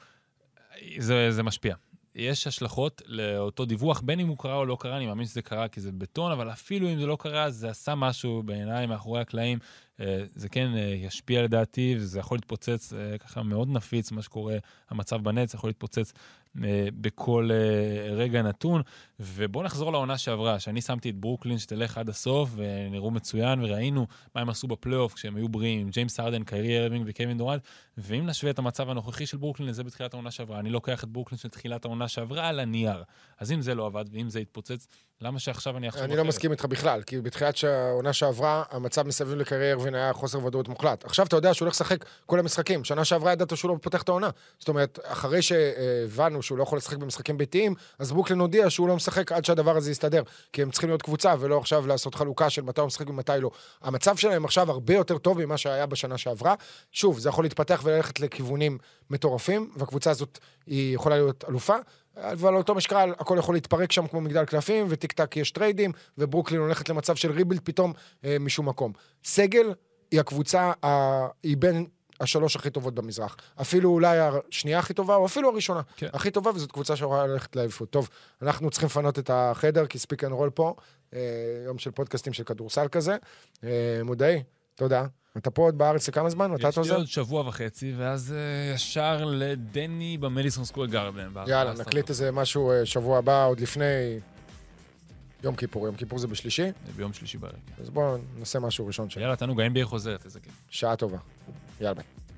זה, זה משפיע. יש השלכות לאותו דיווח, בין אם הוא קרה או לא קרה, אני מאמין שזה קרה כי זה בטון, אבל אפילו אם זה לא קרה, זה עשה משהו בעיניי מאחורי הקלעים, זה כן ישפיע לדעתי, וזה יכול להתפוצץ ככה מאוד נפיץ, מה שקורה, המצב בנץ יכול להתפוצץ בכל רגע נתון, ובואו נחזור לעונה שעברה, שאני שמתי את ברוקלין שתלך עד הסוף, ונראו מצוין, וראינו מה הם עשו בפלייאוף כשהם היו בריאים, ג'יימס הרדן, קיירי ארווינג וקווין דורנט, ואם נשווה את המצב הנוכחי של ברוקלין לזה בתחילת העונה שעברה, אני לוקח את ברוקלין של תחילת העונה שעברה על הנייר, אז אם זה לא עבד, ואם זה יתפוצץ, למה שעכשיו אני אחשוב אני לא מסכים איתך בכלל, כי בתחילת העונה שעברה, המצב מסביב לקיירי ארווין היה חוסר ודאות מוחלט. עכשיו אתה יודע שהוא הולך לשחק כל המשחקים. שנה שעברה ידעת שהוא לא פותח את העונה. זאת אומרת, אחרי שהבנו שהוא לא יכול לשחק במשחקים ביתיים, אז ברוקלין הודיע שהוא לא משחק עד שהדבר הזה יסתדר, כי הם צריכים להיות קבוצה ולא עכשיו לעשות חלוקה של מתי הוא משחק ומתי לא. המצב שלהם עכשיו הרבה יותר טוב ממה שהיה בשנה שעברה. שוב, זה יכול להתפתח וללכת לכיוונים מטורפים, והקבוצה הזאת היא יכולה להיות אלופה. אבל אותו משקל, הכל יכול להתפרק שם כמו מגדל קלפים, וטיק טק יש טריידים, וברוקלין הולכת למצב של ריבילד פתאום אה, משום מקום. סגל היא הקבוצה, ה... היא בין השלוש הכי טובות במזרח. אפילו אולי השנייה הכי טובה, או אפילו הראשונה כן. הכי טובה, וזאת קבוצה שאוכל ללכת לאליפות. טוב, אנחנו צריכים לפנות את החדר, כי ספיק אנד רול פה, אה, יום של פודקאסטים של כדורסל כזה. אה, מודעי, תודה. אתה פה עוד בארץ לכמה זמן? יש לי עוד שבוע וחצי, ואז uh, ישר לדני במדיסון סקוור גארדן. יאללה, נקליט איזה משהו uh, שבוע הבא, עוד לפני יום כיפור. יום כיפור זה בשלישי? זה ביום שלישי בערב. אז בואו נעשה משהו ראשון שלנו. יאללה, תנו, ה-אן בי איי חוזרת, איזה כיף. שעה טובה. יאללה ביי.